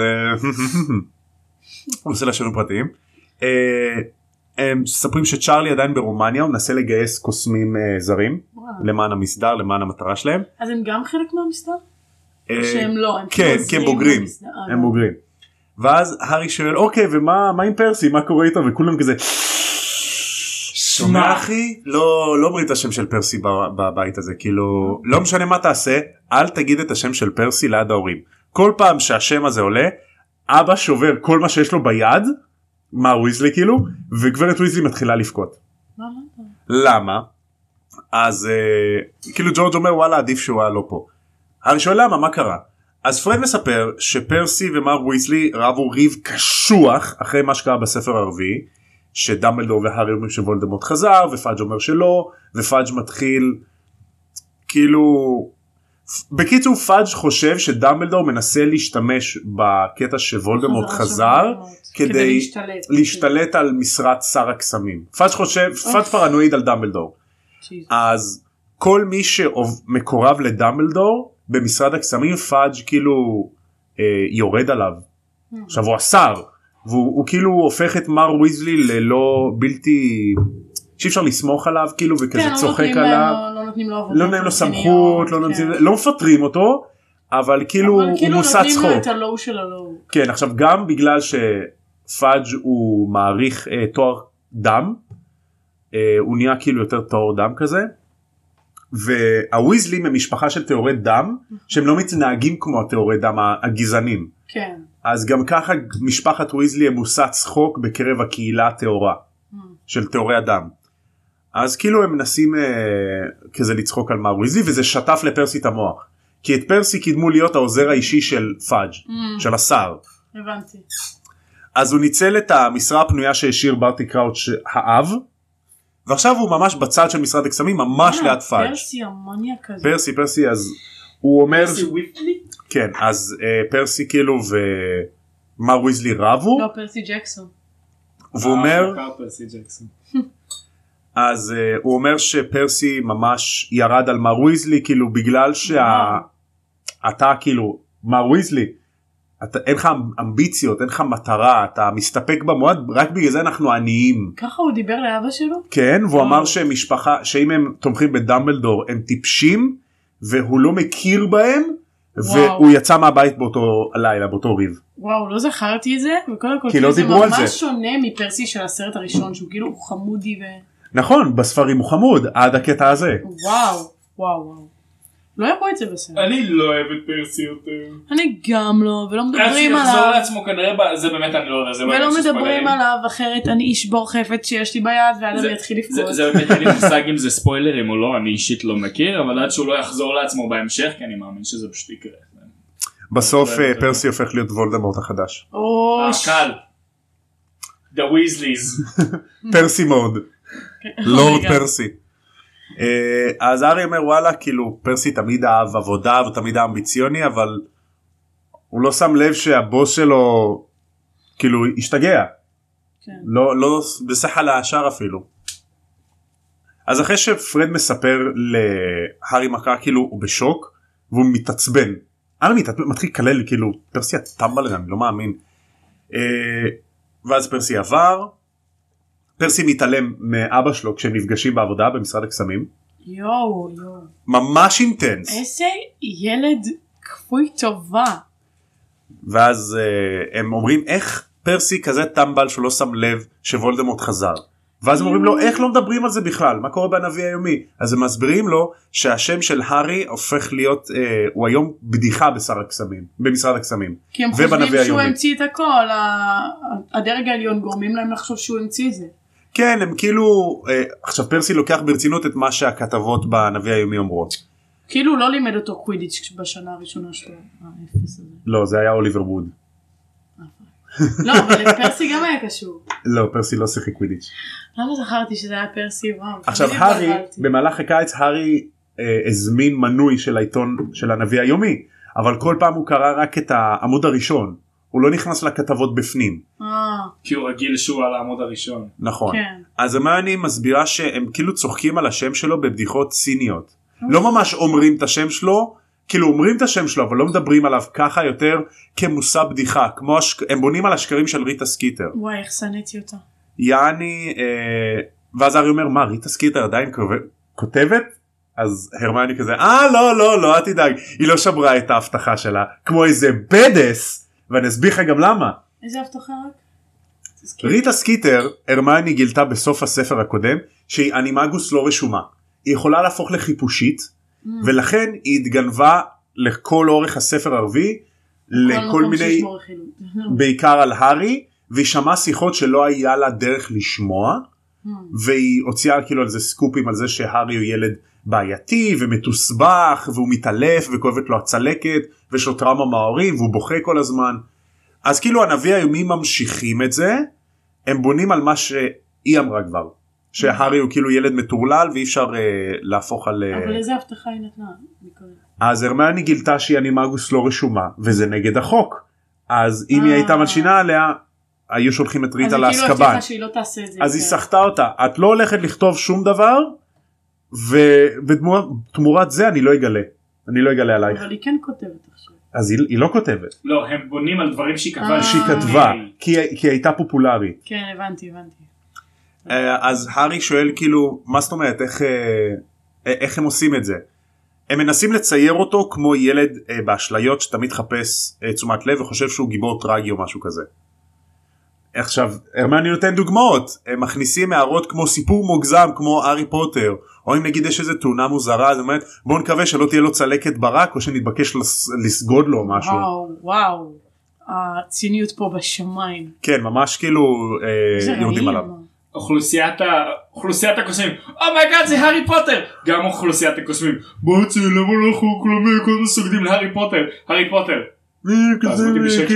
הוא עושה לה שיעורים פרטיים. הם מספרים שצ'ארלי עדיין ברומניה הוא מנסה לגייס קוסמים זרים למען המסדר למען המטרה שלהם. אז הם גם חלק מהמסדר? שהם לא, הם כן, כן בוגרים, הם בוגרים. ואז הארי שואל אוקיי ומה עם פרסי מה קורה איתו וכולם כזה שומע אחי לא לא אומרים את השם של פרסי בבית הזה כאילו לא משנה מה תעשה אל תגיד את השם של פרסי ליד ההורים כל פעם שהשם הזה עולה אבא שובר כל מה שיש לו ביד מר ויזלי כאילו, וגברת ויזלי מתחילה לבכות. למה? אז כאילו ג'ורג' אומר וואלה עדיף שהוא היה לא פה. הארי שואל למה, מה קרה? אז פרד מספר שפרסי ומר ויזלי רבו ריב קשוח אחרי מה שקרה בספר הרביעי, שדמבלדור והארי אומרים שוולדמורט חזר ופאג' אומר שלא, ופאג' מתחיל כאילו בקיצור פאג' חושב שדמבלדור מנסה להשתמש בקטע שוולדמורט חזר כדי להשתלט על משרת שר הקסמים. פאג' חושב, פאג' פרנואיד על דמבלדור. אז כל מי שמקורב לדמבלדור במשרד הקסמים פאג' כאילו אה, יורד עליו. עכשיו הוא השר והוא הוא כאילו הופך את מר ויזלי ללא בלתי שאי אפשר לסמוך עליו כאילו וכזה כן, צוחק לא עליו לו, לא נותנים לו עבודה, לא נותנים לו סמכות לא, כן. לא מפטרים אותו אבל כאילו אבל הוא כאילו מוסע צחוק. נותנים לו את הלואו של הלואו. כן עכשיו גם בגלל שפאג' הוא מעריך אה, תואר דם אה, הוא נהיה כאילו יותר תואר דם כזה. והוויזלים הם משפחה של תיאורי דם שהם לא מתנהגים כמו התיאורי דם הגזענים. כן. אז גם ככה משפחת ויזלי הם מושא צחוק בקרב הקהילה התיאורה mm. של תיאורי הדם. אז כאילו הם מנסים אה, כזה לצחוק על מר ויזלי וזה שטף לפרסי את המוח. כי את פרסי קידמו להיות העוזר האישי של פאג' mm. של השר. הבנתי. אז הוא ניצל את המשרה הפנויה שהשאיר ברטי קראוץ' האב. ועכשיו הוא ממש בצד של משרד הקסמים ממש ליד פאג'. פרסי המוניה כזה. פרסי פרסי אז הוא אומר פרסי ויפלי? כן אז uh, פרסי כאילו ומר ויזלי רבו. לא פרסי ג'קסון. והוא אומר פרסי ג'קסון. אז uh, הוא אומר שפרסי ממש ירד על מר ויזלי כאילו בגלל שאתה כאילו מר ויזלי אתה, אין לך אמביציות, אין לך מטרה, אתה מסתפק במועד, רק בגלל זה אנחנו עניים. ככה הוא דיבר לאבא שלו? כן, והוא וואו. אמר שמשפחה, שאם הם תומכים בדמבלדור, הם טיפשים, והוא לא מכיר בהם, וואו. והוא יצא מהבית באותו לילה, באותו ריב. וואו, לא זכרתי את זה, וקודם כל, לא זה ממש שונה מפרסי של הסרט הראשון, שהוא כאילו חמודי ו... נכון, בספרים הוא חמוד, עד הקטע הזה. וואו, וואו, וואו. לא יראו את זה בסרט. אני לא אוהב את פרסי יותר. אני גם לא, ולא מדברים עליו. פרסי יחזור לעצמו כנראה, זה באמת אני לא יודע. ולא מדברים עליו, אחרת אני אשבור חפץ שיש לי ביד, ואדם יתחיל לפגוץ. זה באמת אין לי מושג אם זה ספוילרים או לא, אני אישית לא מכיר, אבל עד שהוא לא יחזור לעצמו בהמשך, כי אני מאמין שזה פשוט יקרה. בסוף פרסי הופך להיות וולדמורט החדש. קל. The Weasleys. פרסי מוד. לורד פרסי. אז הארי אומר וואלה כאילו פרסי תמיד אהב עבודה ותמיד אמביציוני אבל הוא לא שם לב שהבוס שלו כאילו השתגע לא לא בשכל השאר אפילו. אז אחרי שפרד מספר להארי מה כאילו הוא בשוק והוא מתעצבן הארי מתחיל לקלל כאילו פרסי הטמבל אני לא מאמין ואז פרסי עבר פרסי מתעלם מאבא שלו כשהם נפגשים בעבודה במשרד הקסמים. יואו יואו. ממש אינטנס. איזה ילד כפוי טובה. ואז uh, הם אומרים איך פרסי כזה טמבל שהוא לא שם לב שוולדמורט חזר. ואז הם אומרים לו איך לא מדברים על זה בכלל מה קורה בנביא היומי. אז הם מסבירים לו שהשם של הארי הופך להיות uh, הוא היום בדיחה בשר הקסמים במשרד הקסמים. כי הם חושבים שהוא המציא את הכל הדרג העליון גורמים להם לחשוב שהוא המציא את זה. כן הם כאילו אה, עכשיו פרסי לוקח ברצינות את מה שהכתבות בנביא היומי אומרות. כאילו לא לימד אותו קווידיץ' בשנה הראשונה שלו. האפס הזה. לא זה היה אוליבר ווד. לא אבל פרסי גם היה קשור. לא פרסי לא שיחק קווידיץ'. למה זכרתי שזה היה פרסי וואו. עכשיו הארי במהלך הקיץ הארי אה, הזמין מנוי של העיתון של הנביא היומי אבל כל פעם הוא קרא רק את העמוד הראשון. הוא לא נכנס לכתבות בפנים. כי הוא רגיל שהוא על העמוד הראשון. נכון. אז המאני מסבירה שהם כאילו צוחקים על השם שלו בבדיחות ציניות. לא ממש אומרים את השם שלו, כאילו אומרים את השם שלו, אבל לא מדברים עליו ככה יותר כמושא בדיחה. כמו הם בונים על השקרים של ריטה סקיטר. וואי, איך שנאתי אותה. יעני, ואז הארי אומר, מה, ריטה סקיטר עדיין כותבת? אז הרמיוני כזה, אה, לא, לא, לא, אל תדאג. היא לא שברה את ההבטחה שלה, כמו איזה בדס. ואני אסביר לך גם למה. איזה הבטחה רק? ריטה סקיטר, הרמיוני גילתה בסוף הספר הקודם, שהיא אנימגוס לא רשומה. היא יכולה להפוך לחיפושית, mm. ולכן היא התגנבה לכל אורך הספר הרביעי, לכל מיני, בעיקר על הארי, והיא שמעה שיחות שלא היה לה דרך לשמוע, והיא הוציאה כאילו על זה סקופים על זה שהארי הוא ילד בעייתי ומתוסבך והוא מתעלף וכואבת לו הצלקת ויש לו טראומה מההורים והוא בוכה כל הזמן. אז כאילו הנביא היומי ממשיכים את זה, הם בונים על מה שהיא אמרה כבר, שהארי הוא כאילו ילד מטורלל ואי אפשר uh, להפוך על... Uh... אבל איזה הבטחה היא נתנה? אז הרמיוני גילתה שהיא אנימגוס לא רשומה וזה נגד החוק, אז אם היא הייתה מלשינה עליה היו שולחים את ריטה לאסקבן. אז היא כאילו הבטיחה שהיא לא תעשה את זה. אז היא שחתה אותה, את לא הולכת לכתוב שום דבר ובתמורת זה אני לא אגלה, אני לא אגלה עלייך. אבל היא כן כותבת עכשיו. אז היא, היא לא כותבת. לא, הם בונים על דברים שהיא כתבה. שהיא כתבה, כי, כי היא הייתה פופולרית. כן, הבנתי, הבנתי. אז הארי שואל כאילו, מה זאת אומרת, איך, איך הם עושים את זה? הם מנסים לצייר אותו כמו ילד באשליות שתמיד חפש תשומת לב וחושב שהוא גיבור טרגי או משהו כזה. עכשיו, הרמיוני נותן דוגמאות, הם מכניסים הערות כמו סיפור מוגזם כמו הארי פוטר, או אם נגיד יש איזה תאונה מוזרה, אז אומרת בואו נקווה שלא תהיה לו צלקת ברק או שנתבקש לסגוד לו או משהו. וואו, וואו, הציניות פה בשמיים. כן, ממש כאילו אה, יורדים עליו. אוכלוסיית, ה... אוכלוסיית הקוסמים, אומייגאד זה הארי פוטר, גם אוכלוסיית הקוסמים, בואצי למה אנחנו כלומי כל הזמן סוגדים להארי פוטר, הארי פוטר. עזבו אותי בשקט.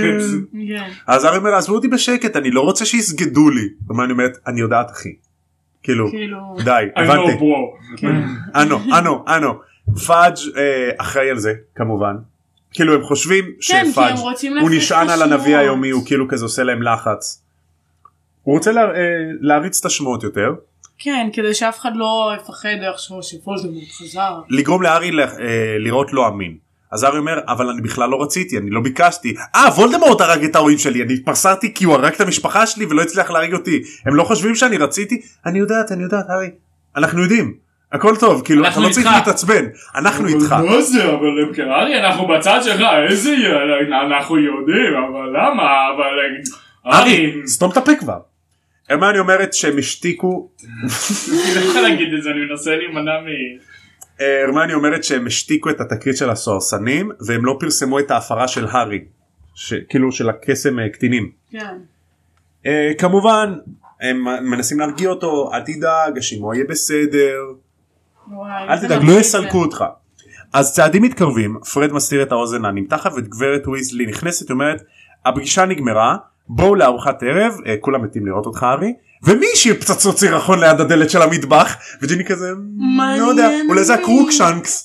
אז הארי אומר עזבו אותי בשקט, אני לא רוצה שיסגדו לי. ומה אני אומרת, אני יודעת אחי. כאילו די הבנתי. אנו אנו אנו פאג' אחראי על זה כמובן, כאילו הם חושבים שפאג' הוא נשען על הנביא היומי, הוא כאילו כזה עושה להם לחץ, הוא רוצה להריץ את השמות יותר, כן, כדי שאף אחד לא יפחד לחשוב שוולדמורט חזר, לגרום להארי לראות לא אמין. אז הארי אומר אבל אני בכלל לא רציתי, אני לא ביקשתי. אה וולדמורט הרג את ההורים שלי, אני התפרסרתי כי הוא הרג את המשפחה שלי ולא הצליח להרג אותי, הם לא חושבים שאני רציתי. אני יודעת אני יודעת הארי, אנחנו יודעים הכל טוב, כאילו אתה לא צריך להתעצבן, אנחנו איתך. לא זה אבל הם קרארי, אנחנו בצד שלך, איזה אנחנו יודעים אבל למה, אבל הארי סתום את הפה כבר. הרמיוני אומרת שהם השתיקו, אני לא יכול להגיד את זה, אני מנסה להימנע מ... הרמיוני אומרת שהם השתיקו את התקרית של הסוהרסנים והם לא פרסמו את ההפרה של הארי, כאילו של הקסם קטינים. כן. כמובן הם מנסים להרגיע אותו, אל תדאג השימוע יהיה בסדר, אל תדאג לא יסלקו אותך. אז צעדים מתקרבים, פרד מסתיר את האוזן הנמתחת וגברת ויזלי נכנסת, אומרת הפגישה נגמרה, בואו לארוחת ערב, כולם מתים לראות אותך הארי, ומי השאיר פצצות סירחון ליד הדלת של המטבח, וג'יני כזה לא יודע, אולי זה הקרוקשנקס,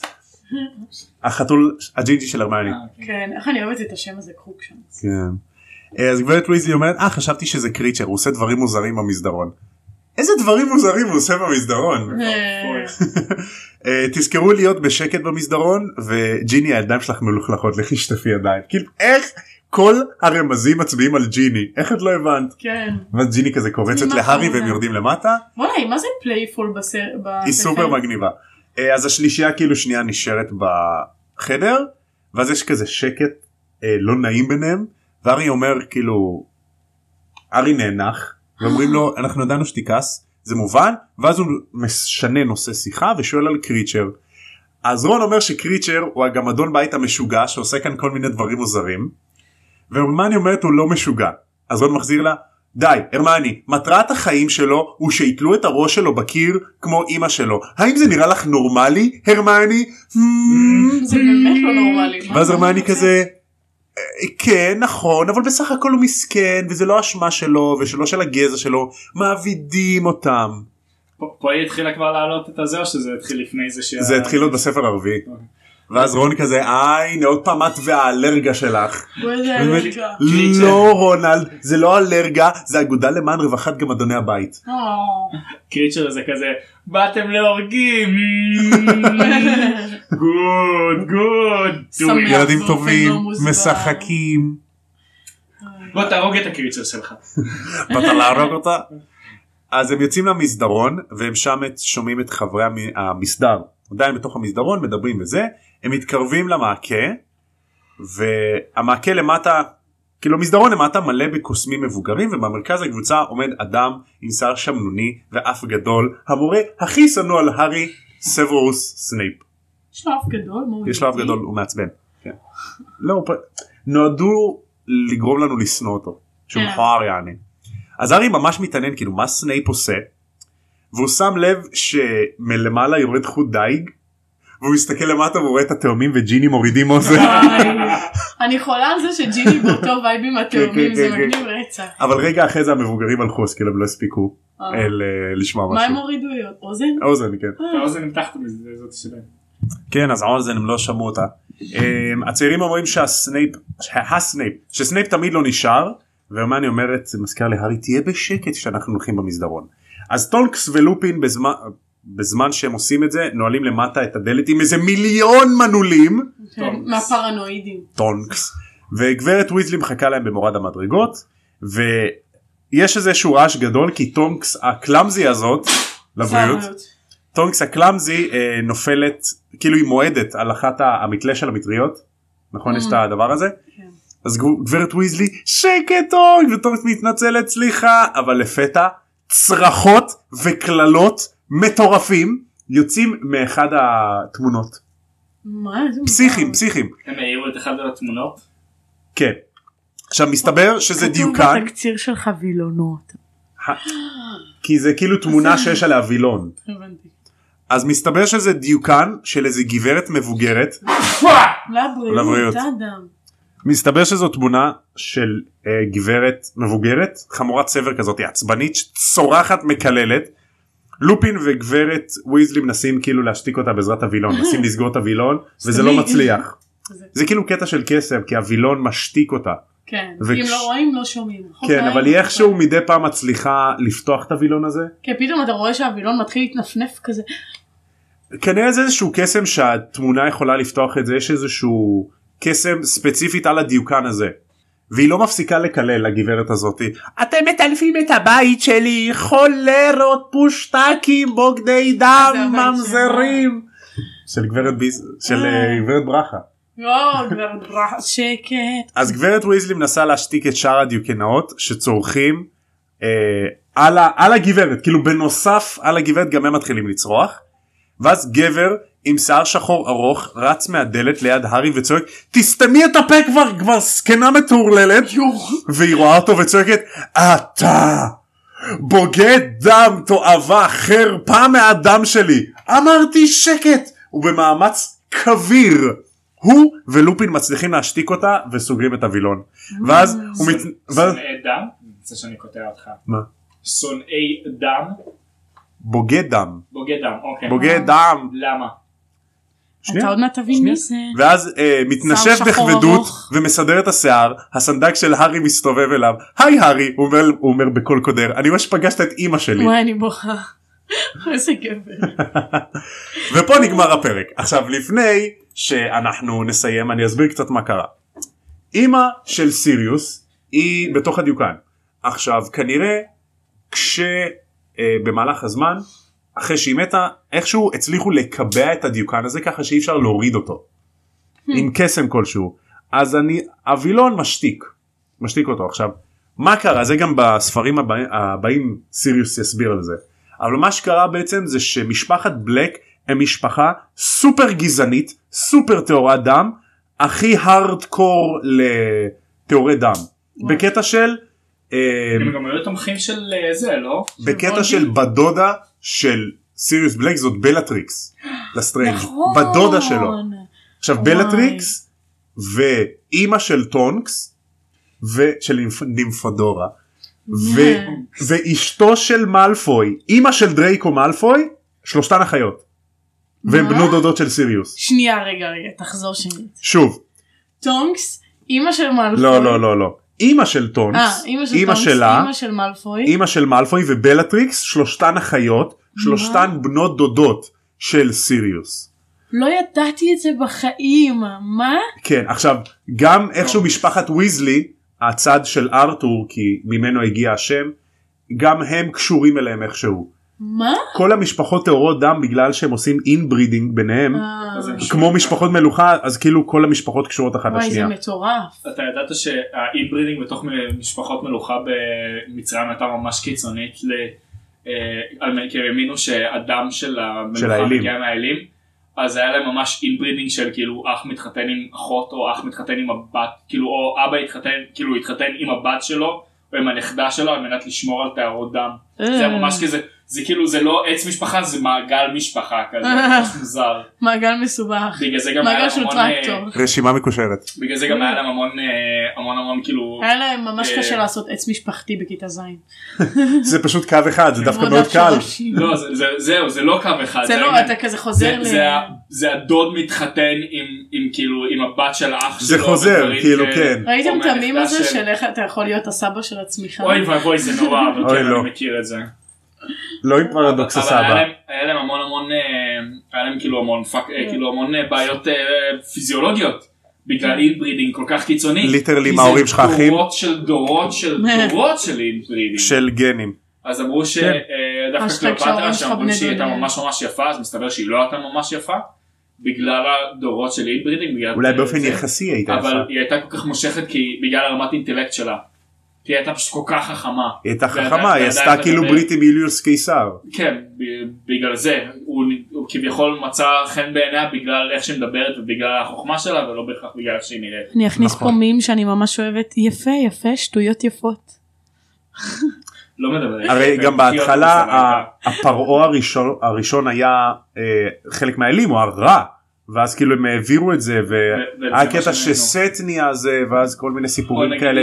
החתול הג'ינג'י של הרמיוני. כן, איך אני אוהבת את השם הזה קרוקשנקס. כן. אז גברת ויזלי אומרת אה חשבתי שזה קריצ'ר, הוא עושה דברים מוזרים במסדרון. איזה דברים מוזרים הוא עושה במסדרון. תזכרו להיות בשקט במסדרון, וג'יני הידיים שלך מלוכלכות, לכי שטפי ידיים. כאילו איך כל הרמזים מצביעים על ג'יני, איך את לא הבנת? כן. ואז ג'יני כזה קורצת להארי והם יורדים למטה. בואי, מה זה פלייפול בסרט? היא סופר מגניבה. אז השלישייה כאילו שנייה נשארת בחדר, ואז יש כזה שקט לא נעים ביניהם, והארי אומר כאילו, הארי נאנח, ואומרים לו אנחנו ידענו שתיקס, זה מובן, ואז הוא משנה נושא שיחה ושואל על קריצ'ר. אז רון אומר שקריצ'ר הוא הגמדון בית המשוגע שעושה כאן כל מיני דברים מוזרים, והרמיוני אומרת הוא לא משוגע. אז רון מחזיר לה די הרמיוני, מטרת החיים שלו הוא שיתלו את הראש שלו בקיר כמו אמא שלו, האם זה נראה לך נורמלי הרמיוני? זה באמת לא נורמלי. ואז הרמיוני כזה כן נכון אבל בסך הכל הוא מסכן וזה לא אשמה שלו ושלא של הגזע שלו, מעבידים אותם. פה היא התחילה כבר להעלות את הזה או שזה התחיל לפני זה? זה התחיל עוד בספר הרביעי. ואז רון כזה הנה עוד פעם את והאלרגיה שלך. לא רונלד זה לא אלרגיה, זה אגודה למען רווחת גמדוני הבית. קריצ'ר זה כזה באתם להורגים גוד גוד ילדים טובים משחקים. בוא תהרוג את הקריצ'ר שלך. באת להרוג אותה. אז הם יוצאים למסדרון והם שם שומעים את חברי המסדר עדיין בתוך המסדרון מדברים וזה, הם מתקרבים למעקה והמעקה למטה כאילו מסדרון למטה מלא בקוסמים מבוגרים, ובמרכז הקבוצה עומד אדם עם שיער שמנוני ואף גדול, המורה הכי שנוא על הארי, סוורוס סנייפ. יש לו אף גדול? יש לו אף גדול, הוא מעצבן. כן. לא, נועדו לגרום לנו לשנוא אותו. שהוא מכוער יעני. אז הארי ממש מתעניין כאילו מה סנייפ עושה, והוא שם לב שמלמעלה יורד חוט דייג, והוא מסתכל למטה והוא רואה את התאומים וג'יני מורידים אוזן. אני חולה על זה שג'יני באותו וייב עם התאומים, זה מגניב רצח. אבל רגע אחרי זה המבוגרים הלכו, אז כאילו הם לא הספיקו לשמוע משהו. מה הם הורידו? אוזן? אוזן, כן. האוזן נמתחת מזה, זאת שלהם. כן, אז האוזן הם לא שמעו אותה. הצעירים אומרים שהסנייפ, הסנייפ, שסנייפ תמיד לא נשאר, והרמיוני אומרת, זה מזכיר להארי, תהיה בשקט כשאנחנו הולכים במסדרון. אז טונקס ולופין בזמן... בזמן שהם עושים את זה נועלים למטה את הדלת עם איזה מיליון מנעולים מהפרנואידים טונקס, וגברת ויזלי מחכה להם במורד המדרגות, ויש איזשהו רעש גדול כי טונקס הקלאמזי הזאת לבריאות טונקס הקלאמזי אה, נופלת כאילו היא מועדת על אחת המתלה של המטריות, נכון? יש את הדבר הזה, אז גברת ויזלי שקט טונקס, וטונקס מתנצלת סליחה, אבל לפתע צרחות וכללות מטורפים יוצאים מאחד התמונות. מה? פסיכים, פסיכים. הם העירו את אחד התמונות? כן. עכשיו מסתבר שזה דיוקן. כתוב בתקציר שלך וילונות. כי זה כאילו תמונה שיש עליה וילון. הבנתי. אז מסתבר שזה דיוקן של איזה גברת מבוגרת. לבריאות, אדם. מסתבר שזו תמונה של uh, גברת מבוגרת, חמורת סבר כזאת, עצבנית, צורחת מקללת. לופין וגברת ויזלי מנסים כאילו להשתיק אותה בעזרת הווילון, מנסים לסגור את הווילון וזה לא מצליח. זה כאילו קטע של קסם כי הווילון משתיק אותה. כן, אם לא רואים לא שומעים. כן, אבל היא איכשהו מדי פעם מצליחה לפתוח את הווילון הזה. כן, פתאום אתה רואה שהווילון מתחיל להתנפנף כזה. כנראה זה איזשהו קסם שהתמונה יכולה לפתוח את זה, יש איזשהו קסם ספציפית על הדיוקן הזה. והיא לא מפסיקה לקלל לגברת הזאת, אתם מטלפים את הבית שלי, חולרות, פושטקים, בוגדי דם, ממזרים. של גברת של גברת ברכה. לא, גברת ברכה, שקט. אז גברת ויזלי מנסה להשתיק את שאר הדיוקנאות שצורכים על הגברת, כאילו בנוסף על הגברת גם הם מתחילים לצרוח, ואז גבר עם שיער שחור ארוך רץ מהדלת ליד הארי וצועק תסתמי את הפה כבר, כבר סקנה מטורללת, והיא רואה אותו וצועקת אתה בוגד דם, תועבה, חרפה מהדם שלי, אמרתי שקט. ובמאמץ כביר הוא ולופין מצליחים להשתיק אותה וסוגרים את הווילון. ואז הוא מת... שונאי דם? אני רוצה שאני קוטע אותך. מה? שונאי דם? בוגד דם. בוגד דם, אוקיי. בוגד דם. למה? אתה עוד מעט תבין מי זה. ואז מתנשף בכבדות ומסדר את השיער, הסנדק של הארי מסתובב אליו, היי הארי, הוא אומר בקול קודר, אני רואה שפגשת את אמא שלי. וואי אני בוכה. איזה גבר. ופה נגמר הפרק. עכשיו לפני שאנחנו נסיים אני אסביר קצת מה קרה. אמא של סיריוס היא בתוך הדיוקן. עכשיו כנראה כשבמהלך הזמן אחרי שהיא מתה איכשהו הצליחו לקבע את הדיוקן הזה ככה שאי אפשר להוריד אותו עם קסם כלשהו, אז אני הווילון משתיק משתיק אותו. עכשיו מה קרה, זה גם בספרים הבאים, הבאים סיריוס יסביר על זה, אבל מה שקרה בעצם זה שמשפחת בלק הם משפחה סופר גזענית, סופר תאורת דם, הכי הארדקור לתיאורי דם, בקטע של הם גם היו תומכים של זה, לא? בקטע של בדודה של סיריוס בלק, זאת בלטריקס לסטרנג', בדודה שלו. עכשיו בלטריקס ואימא של טונקס ושל נימפדורה ואשתו של מאלפוי, אימא של דרייקו מאלפוי, שלושתן אחיות והם בנו דודות של סיריוס. שנייה רגע רגע תחזור שנית. שוב טונקס אימא של מאלפוי. לא לא לא לא אימא של טונקס, אימא שלה, אימא של מאלפוי, אימא של מאלפוי ובלטריקס, שלושתן אחיות, שלושתן בנות דודות של סיריוס. לא ידעתי את זה בחיים, מה? כן, עכשיו גם איכשהו משפחת ויזלי, הצד של ארתור, כי ממנו הגיע השם, גם הם קשורים אליהם איכשהו. מה? כל המשפחות טהורות דם בגלל שהם עושים אינברידינג ביניהם, כמו משפחות מלוכה, אז כאילו כל המשפחות קשורות אחת לשנייה. וואי זה מטורף. אתה ידעת שהאינברידינג בתוך משפחות מלוכה במצרים הייתה ממש קיצונית, כי הם האמינו שהדם של המלוכה מגיע מהאלים, אז היה להם ממש אינברידינג של כאילו אח מתחתן עם אחות, או אח מתחתן עם הבת, כאילו או אבא התחתן, כאילו התחתן עם הבת שלו, או עם הנכדה שלו על מנת לשמור על טהרות דם. זה ממש כזה, זה כאילו זה לא עץ משפחה, זה מעגל משפחה כזה, ממש מוזר. מעגל מסובך, מעגל של טרקטור. רשימה מקושרת. בגלל זה גם היה להם המון המון המון כאילו. היה להם ממש קשה לעשות עץ משפחתי בכיתה זין. זה פשוט קו אחד, זה דווקא מאוד קל. לא, זהו, זה לא קו אחד. זה לא, אתה כזה חוזר ל... זה הדוד מתחתן עם כאילו עם הבת של אח שלו. זה חוזר, כאילו כן. ראיתם את המים הזה של איך אתה יכול להיות הסבא של עצמך? אוי ואבוי, זה נורא, אבל כן, אני מכיר את זה. לא עם פרדוקס הסבא. היה להם המון המון, היה להם כאילו המון כאילו המון בעיות פיזיולוגיות בגלל אינברידינג כל כך קיצוני. ליטרלי מה ההורים שלך אחים? דורות של דורות של דורות של אינברידינג. של גנים. אז אמרו שדווקא קליאופטרה שאמרו שהיא הייתה ממש ממש יפה, אז מסתבר שהיא לא הייתה ממש יפה בגלל הדורות של אינברידינג. אולי באופן יחסי הייתה יפה. אבל היא הייתה כל כך מושכת כי בגלל הרמת אינטלקט שלה. כי היא הייתה פשוט כל כך חכמה. היא הייתה חכמה, היא עשתה כאילו ברית עם יוליוס קיסר. כן, בגלל זה. הוא כביכול מצא חן בעיניה בגלל איך שהיא מדברת ובגלל החוכמה שלה ולא בהכרח בגלל איך שהיא נראית. אני אכניס פה מים שאני ממש אוהבת. יפה, יפה, שטויות יפות. לא מדבר. הרי גם בהתחלה הפרעה הראשון היה חלק מהאלים, הוא הרע. ואז כאילו הם העבירו את זה והיה קטע שסט נהיה זה ואז כל מיני סיפורים כאלה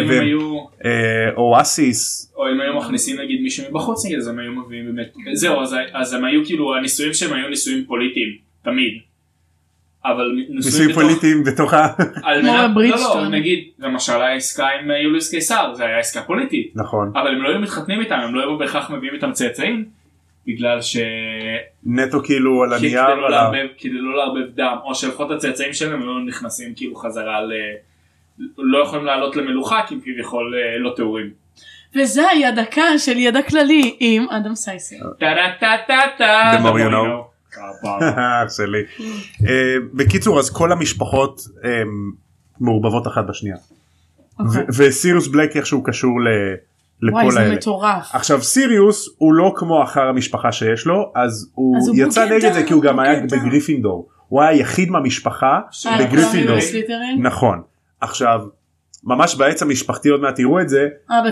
ואואסיס או אם היו מכניסים נגיד מישהו מבחוץ נגיד אז הם היו מביאים באמת זהו אז הם היו כאילו הניסויים שהם היו ניסויים פוליטיים תמיד אבל ניסויים פוליטיים בתוך ה... לא לא נגיד למשל העסקה עם יוליוס קיסר זה היה עסקה פוליטית נכון אבל הם לא היו מתחתנים איתם הם לא היו בהכרח מביאים איתם צאצאים בגלל ש... נטו כאילו על הנייר כדי לא לערבב דם או שלפחות הצאצאים שלהם לא נכנסים כאילו חזרה ל... לא יכולים לעלות למלוכה כי הם כביכול לא תיאורים. וזה היה דקה של ידע כללי עם אדם סייסר. טה-טה-טה-טה The more you know. שלי. בקיצור אז כל המשפחות מעורבבות אחת בשנייה. וסיריוס בלק איכשהו קשור ל... וואי זה מטורף. עכשיו סיריוס הוא לא כמו אחר המשפחה שיש לו אז הוא יצא נגד זה כי הוא גם היה בגריפינדור הוא היה יחיד מהמשפחה בגריפינדור נכון עכשיו ממש בעץ המשפחתי עוד מעט תראו את זה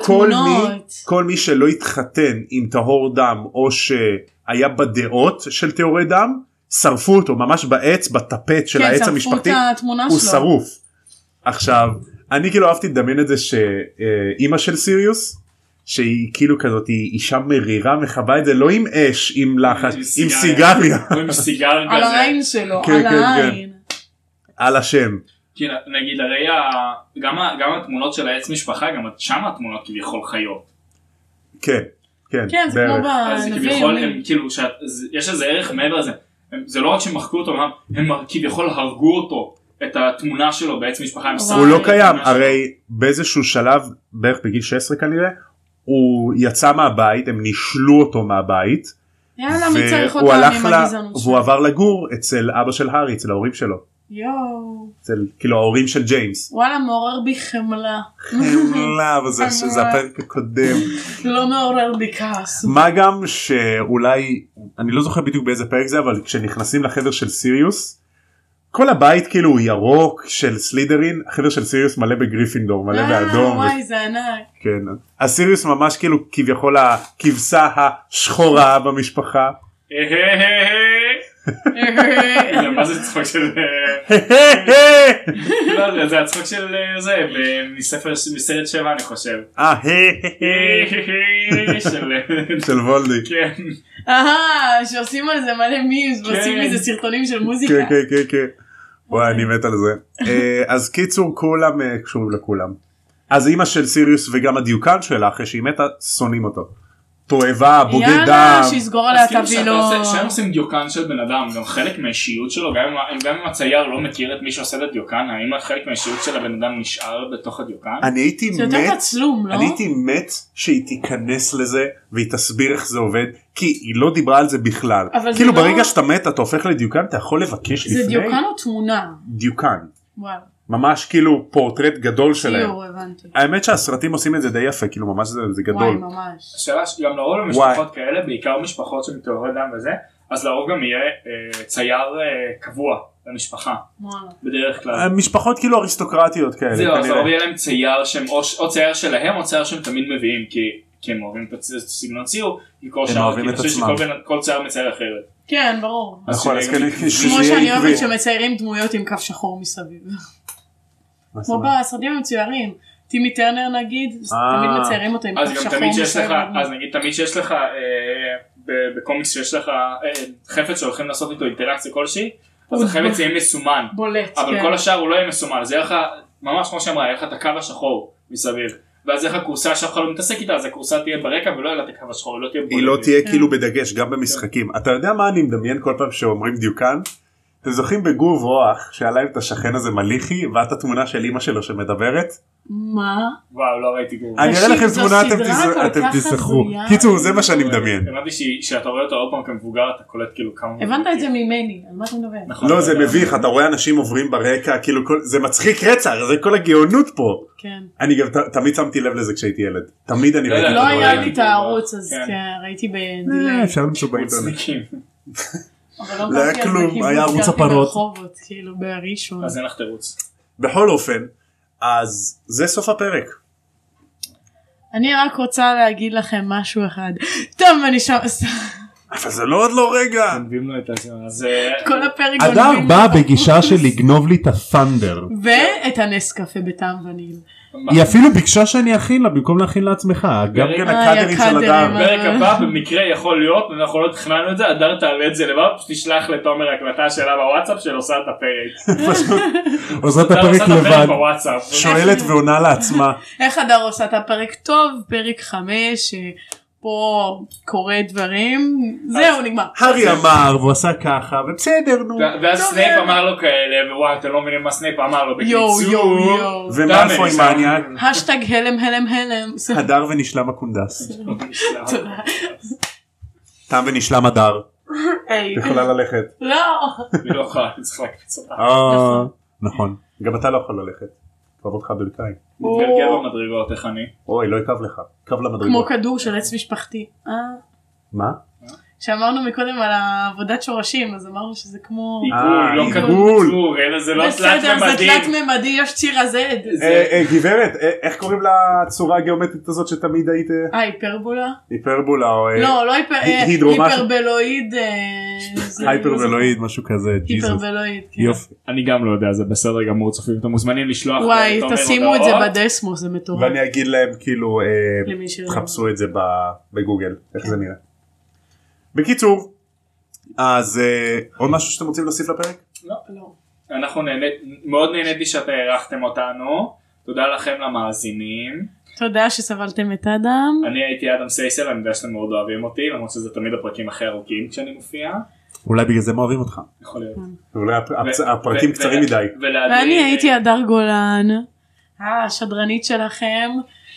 כל מי שלא התחתן עם טהור דם או שהיה בדעות של טהורי דם שרפו אותו ממש בעץ בטפט של העץ המשפחתי הוא שרוף. עכשיו אני כאילו אהבתי לדמיין את זה שאימא של סיריוס שהיא כאילו כזאת היא אישה מרירה מחבה את זה לא עם אש עם לחש עם סיגריה על העין שלו על העין על השם נגיד הרי גם התמונות של העץ משפחה גם שם התמונות כביכול חיות כן כן זה כמו בנביאים יש איזה ערך מעבר לזה זה לא רק שמחקו אותו הם כביכול הרגו אותו את התמונה שלו בעץ משפחה הוא לא קיים הרי באיזשהו שלב בערך בגיל שש עשרה כנראה הוא יצא מהבית, הם נישלו אותו מהבית, והוא הלך לה, והוא עבר לגור אצל אבא של הארי, אצל ההורים שלו. יואו. אצל, כאילו ההורים של ג'יימס. וואלה, מעורר בי חמלה. חמלה, אבל זה, זה הפרק הקודם. לא מעורר בי כעס. מה גם שאולי, אני לא זוכר בדיוק באיזה פרק זה, אבל כשנכנסים לחדר של סיריוס, כל הבית כאילו הוא ירוק של סלידרין, החדר של סיריוס מלא בגריפינדור, מלא באדום. וואי, זה ענק. כן. הסיריוס ממש כאילו כביכול הכבשה השחורה במשפחה. מה זה צחוק של... זה הצחוק של זה, מסרט שבע אני חושב. של וולדי. כן. אהה, שעושים על זה מלא מיוז, ועושים מזה סרטונים של מוזיקה. כן, כן, כן, כן. וואי, אני מת על זה. אז קיצור, כולם קשורים לכולם. אז אמא של סיריוס וגם הדיוקן שלה, אחרי שהיא מתה, שונאים אותו. תועבה, בוגד דם. יאללה, שיסגור עליה תביא לו. כשהם עושים דיוקן של בן אדם, גם חלק מהאישיות שלו, גם אם הצייר לא מכיר את מי שעושה את הדיוקן, האם חלק מהאישיות של הבן אדם נשאר בתוך הדיוקן? אני הייתי מת, זה יותר תצלום, לא? אני הייתי מת שהיא תיכנס לזה, והיא תסביר איך זה עובד, כי היא לא דיברה על זה בכלל. כאילו ברגע שאתה מת, אתה הופך לדיוקן, אתה יכול לבקש לפני. זה דיוקן או תמונה? דיוקן. וואלה. ממש כאילו פורטרט גדול שלהם. ציור, הבנתי. האמת שהסרטים עושים את זה די יפה, כאילו ממש זה, זה גדול. וואי, ממש. השאלה שגם לרוב במשפחות כאלה, בעיקר משפחות שמתעוררי דם וזה, אז לרוב גם יהיה אה, צייר אה, קבוע למשפחה. בדרך כלל. המשפחות כאילו אריסטוקרטיות כאלה. זהו, אז הרבה יהיה להם צייר שהם או צייר שלהם או צייר שהם תמיד מביאים, כי הם אוהבים את הסגנון ציור, כי כל צייר מצייר אחרת. כן, ברור. נכון, אז כמו שאני אוהבת שמציירים דמויות עם קו שחור מסביב. כמו בסרטים המצוירים. טימי טרנר נגיד, תמיד מציירים אותו עם קו שחור מסביב. אז נגיד תמיד שיש לך, בקומיקס שיש לך חפץ שהולכים לעשות איתו אינטראקציה כלשהי, אז החפץ יהיה מסומן. בולט, אבל כל השאר הוא לא יהיה מסומן, זה יהיה לך, ממש כמו שאמרה, יהיה לך את הקו השחור מסביב. ואז איך הקורסה שאף אחד לא מתעסק איתה, אז הקורסה תהיה ברקע ולא יהיה לה את הקו השחור, היא לא תהיה בולטת. היא לא תהיה כאילו בדגש גם במשחקים. אתה יודע מה אני מדמיין כל פעם שאומרים דיוקן? אתם זוכרים בגור רוח שהיה להם את השכן הזה מליחי ואת התמונה של אמא שלו שמדברת? מה? וואו, לא ראיתי גור. אני אראה לכם תמונה, אתם תזכרו. קיצור, זה מה שאני מדמיין. הבנתי שאתה רואה אותו עוד פעם כמבוגר, אתה קולט כאילו כמה... הבנת את זה ממני, על מה אתה מדבר? לא, זה מביך, אתה רואה אנשים עוברים ברקע, כאילו זה מצחיק רצח, זה כל הגאונות פה. כן. אני גם תמיד שמתי לב לזה כשהייתי ילד. תמיד אני ראיתי. לא היה לי את הערוץ, אז ראיתי בדילי. אפשר למצוא באינטרנט. אבל לא היה כלום, היה ערוץ הפרות. כאילו בראשון. אז אין לך תירוץ. בכל אופן, אז זה סוף הפרק. אני רק רוצה להגיד לכם משהו אחד. טוב, אני שם... אבל זה לא עוד לא רגע. גונבים לו את הזמן. כל הפרק גונבים לו. אדר בא בגישה של לגנוב לי את הפנדר. ואת הנס קפה בטעם וניל. היא אפילו ביקשה שאני אכין לה במקום להכין לעצמך. גם כן הקאדרים של אדר. פרק הבא במקרה יכול להיות, אנחנו לא תכננו את זה, אדר תעלה את זה לבד, פשוט תשלח לתומר הקלטה שלה בוואטסאפ של עושה את הפרק. עושה את הפרק לבד. שואלת ועונה לעצמה. איך אדר עושה את הפרק טוב, פרק חמש, פה קורה דברים, זהו נגמר. הארי אמר והוא עשה ככה ובסדר נו. ואז סנייפ אמר לו כאלה ווואי אתם לא מבינים מה סנייפ אמר לו בקיצור. יו יו יו. ומאלפוי מניאק. השטג הלם הלם הלם. הדר ונשלם הקונדס. תודה. תם ונשלם הדר. יכולה ללכת. לא. היא לא יכולה, היא צריכה להקפיץ אותה. נכון. גם אתה לא יכול ללכת. קרב אותך ברכיים. מתגלגל במדרגות, איך אני? אוי, לא יקב לך. קו למדרגות. כמו כדור של עץ משפחתי. מה? שאמרנו מקודם על העבודת שורשים, אז אמרנו שזה כמו... עיגול, לא כדור, אלא זה לא תלת ממדי. בסדר, זה תלת ממדי, יש ציר הזד. גברת, איך קוראים לצורה הגיאומטרית הזאת שתמיד היית? אה, היפרבולה? היפרבולה או... לא, לא היפרבלואיד. היפרבלואיד, משהו כזה. היפרבלואיד, כן. יופי. אני גם לא יודע, זה בסדר גמור, צופים, אתם מוזמנים לשלוח. וואי, תשימו את זה בדסמו, זה מטורף. ואני אגיד להם כאילו, תחפשו את זה בגוגל, איך זה נראה. בקיצור, אז עוד משהו שאתם רוצים להוסיף לפרק? לא, לא. אנחנו מאוד נהניתי שאתם הערכתם אותנו, תודה לכם למאזינים. תודה שסבלתם את אדם. אני הייתי אדם סייסל, אני יודע שאתם מאוד אוהבים אותי, למרות שזה תמיד הפרקים הכי ארוכים כשאני מופיע. אולי בגלל זה אוהבים אותך. יכול להיות. אולי הפרקים קצרים מדי. ואני הייתי הדר גולן, השדרנית שלכם.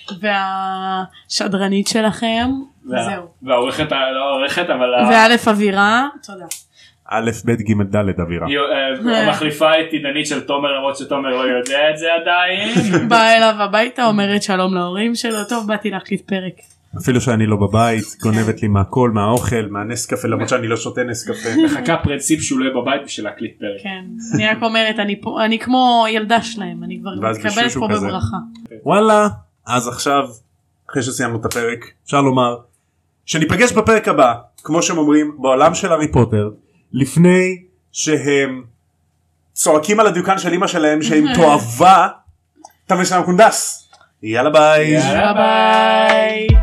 והשדרנית שלכם, וזהו. והעורכת, לא העורכת, אבל... ואלף אווירה, תודה. א' ב' ג' ד' אווירה. מחליפה את עידנית של תומר, למרות שתומר לא יודע את זה עדיין. באה אליו הביתה, אומרת שלום להורים שלו, טוב, באתי להקליט פרק. אפילו שאני לא בבית, גונבת לי מהכל, מהאוכל, מהנס קפה, למרות שאני לא שותה נס קפה. מחכה פרינציפ שהוא לא יהיה בבית בשביל להקליט פרק. כן, אני רק אומרת, אני כמו ילדה שלהם, אני כבר מתקבלת פה בברכה. וואלה. אז עכשיו, אחרי שסיימנו את הפרק, אפשר לומר שניפגש בפרק הבא, כמו שהם אומרים, בעולם של הארי פוטר, לפני שהם צועקים על הדיוקן של אמא שלהם שהם תועבה, תם ושלם קונדס. יאללה ביי. יאללה ביי.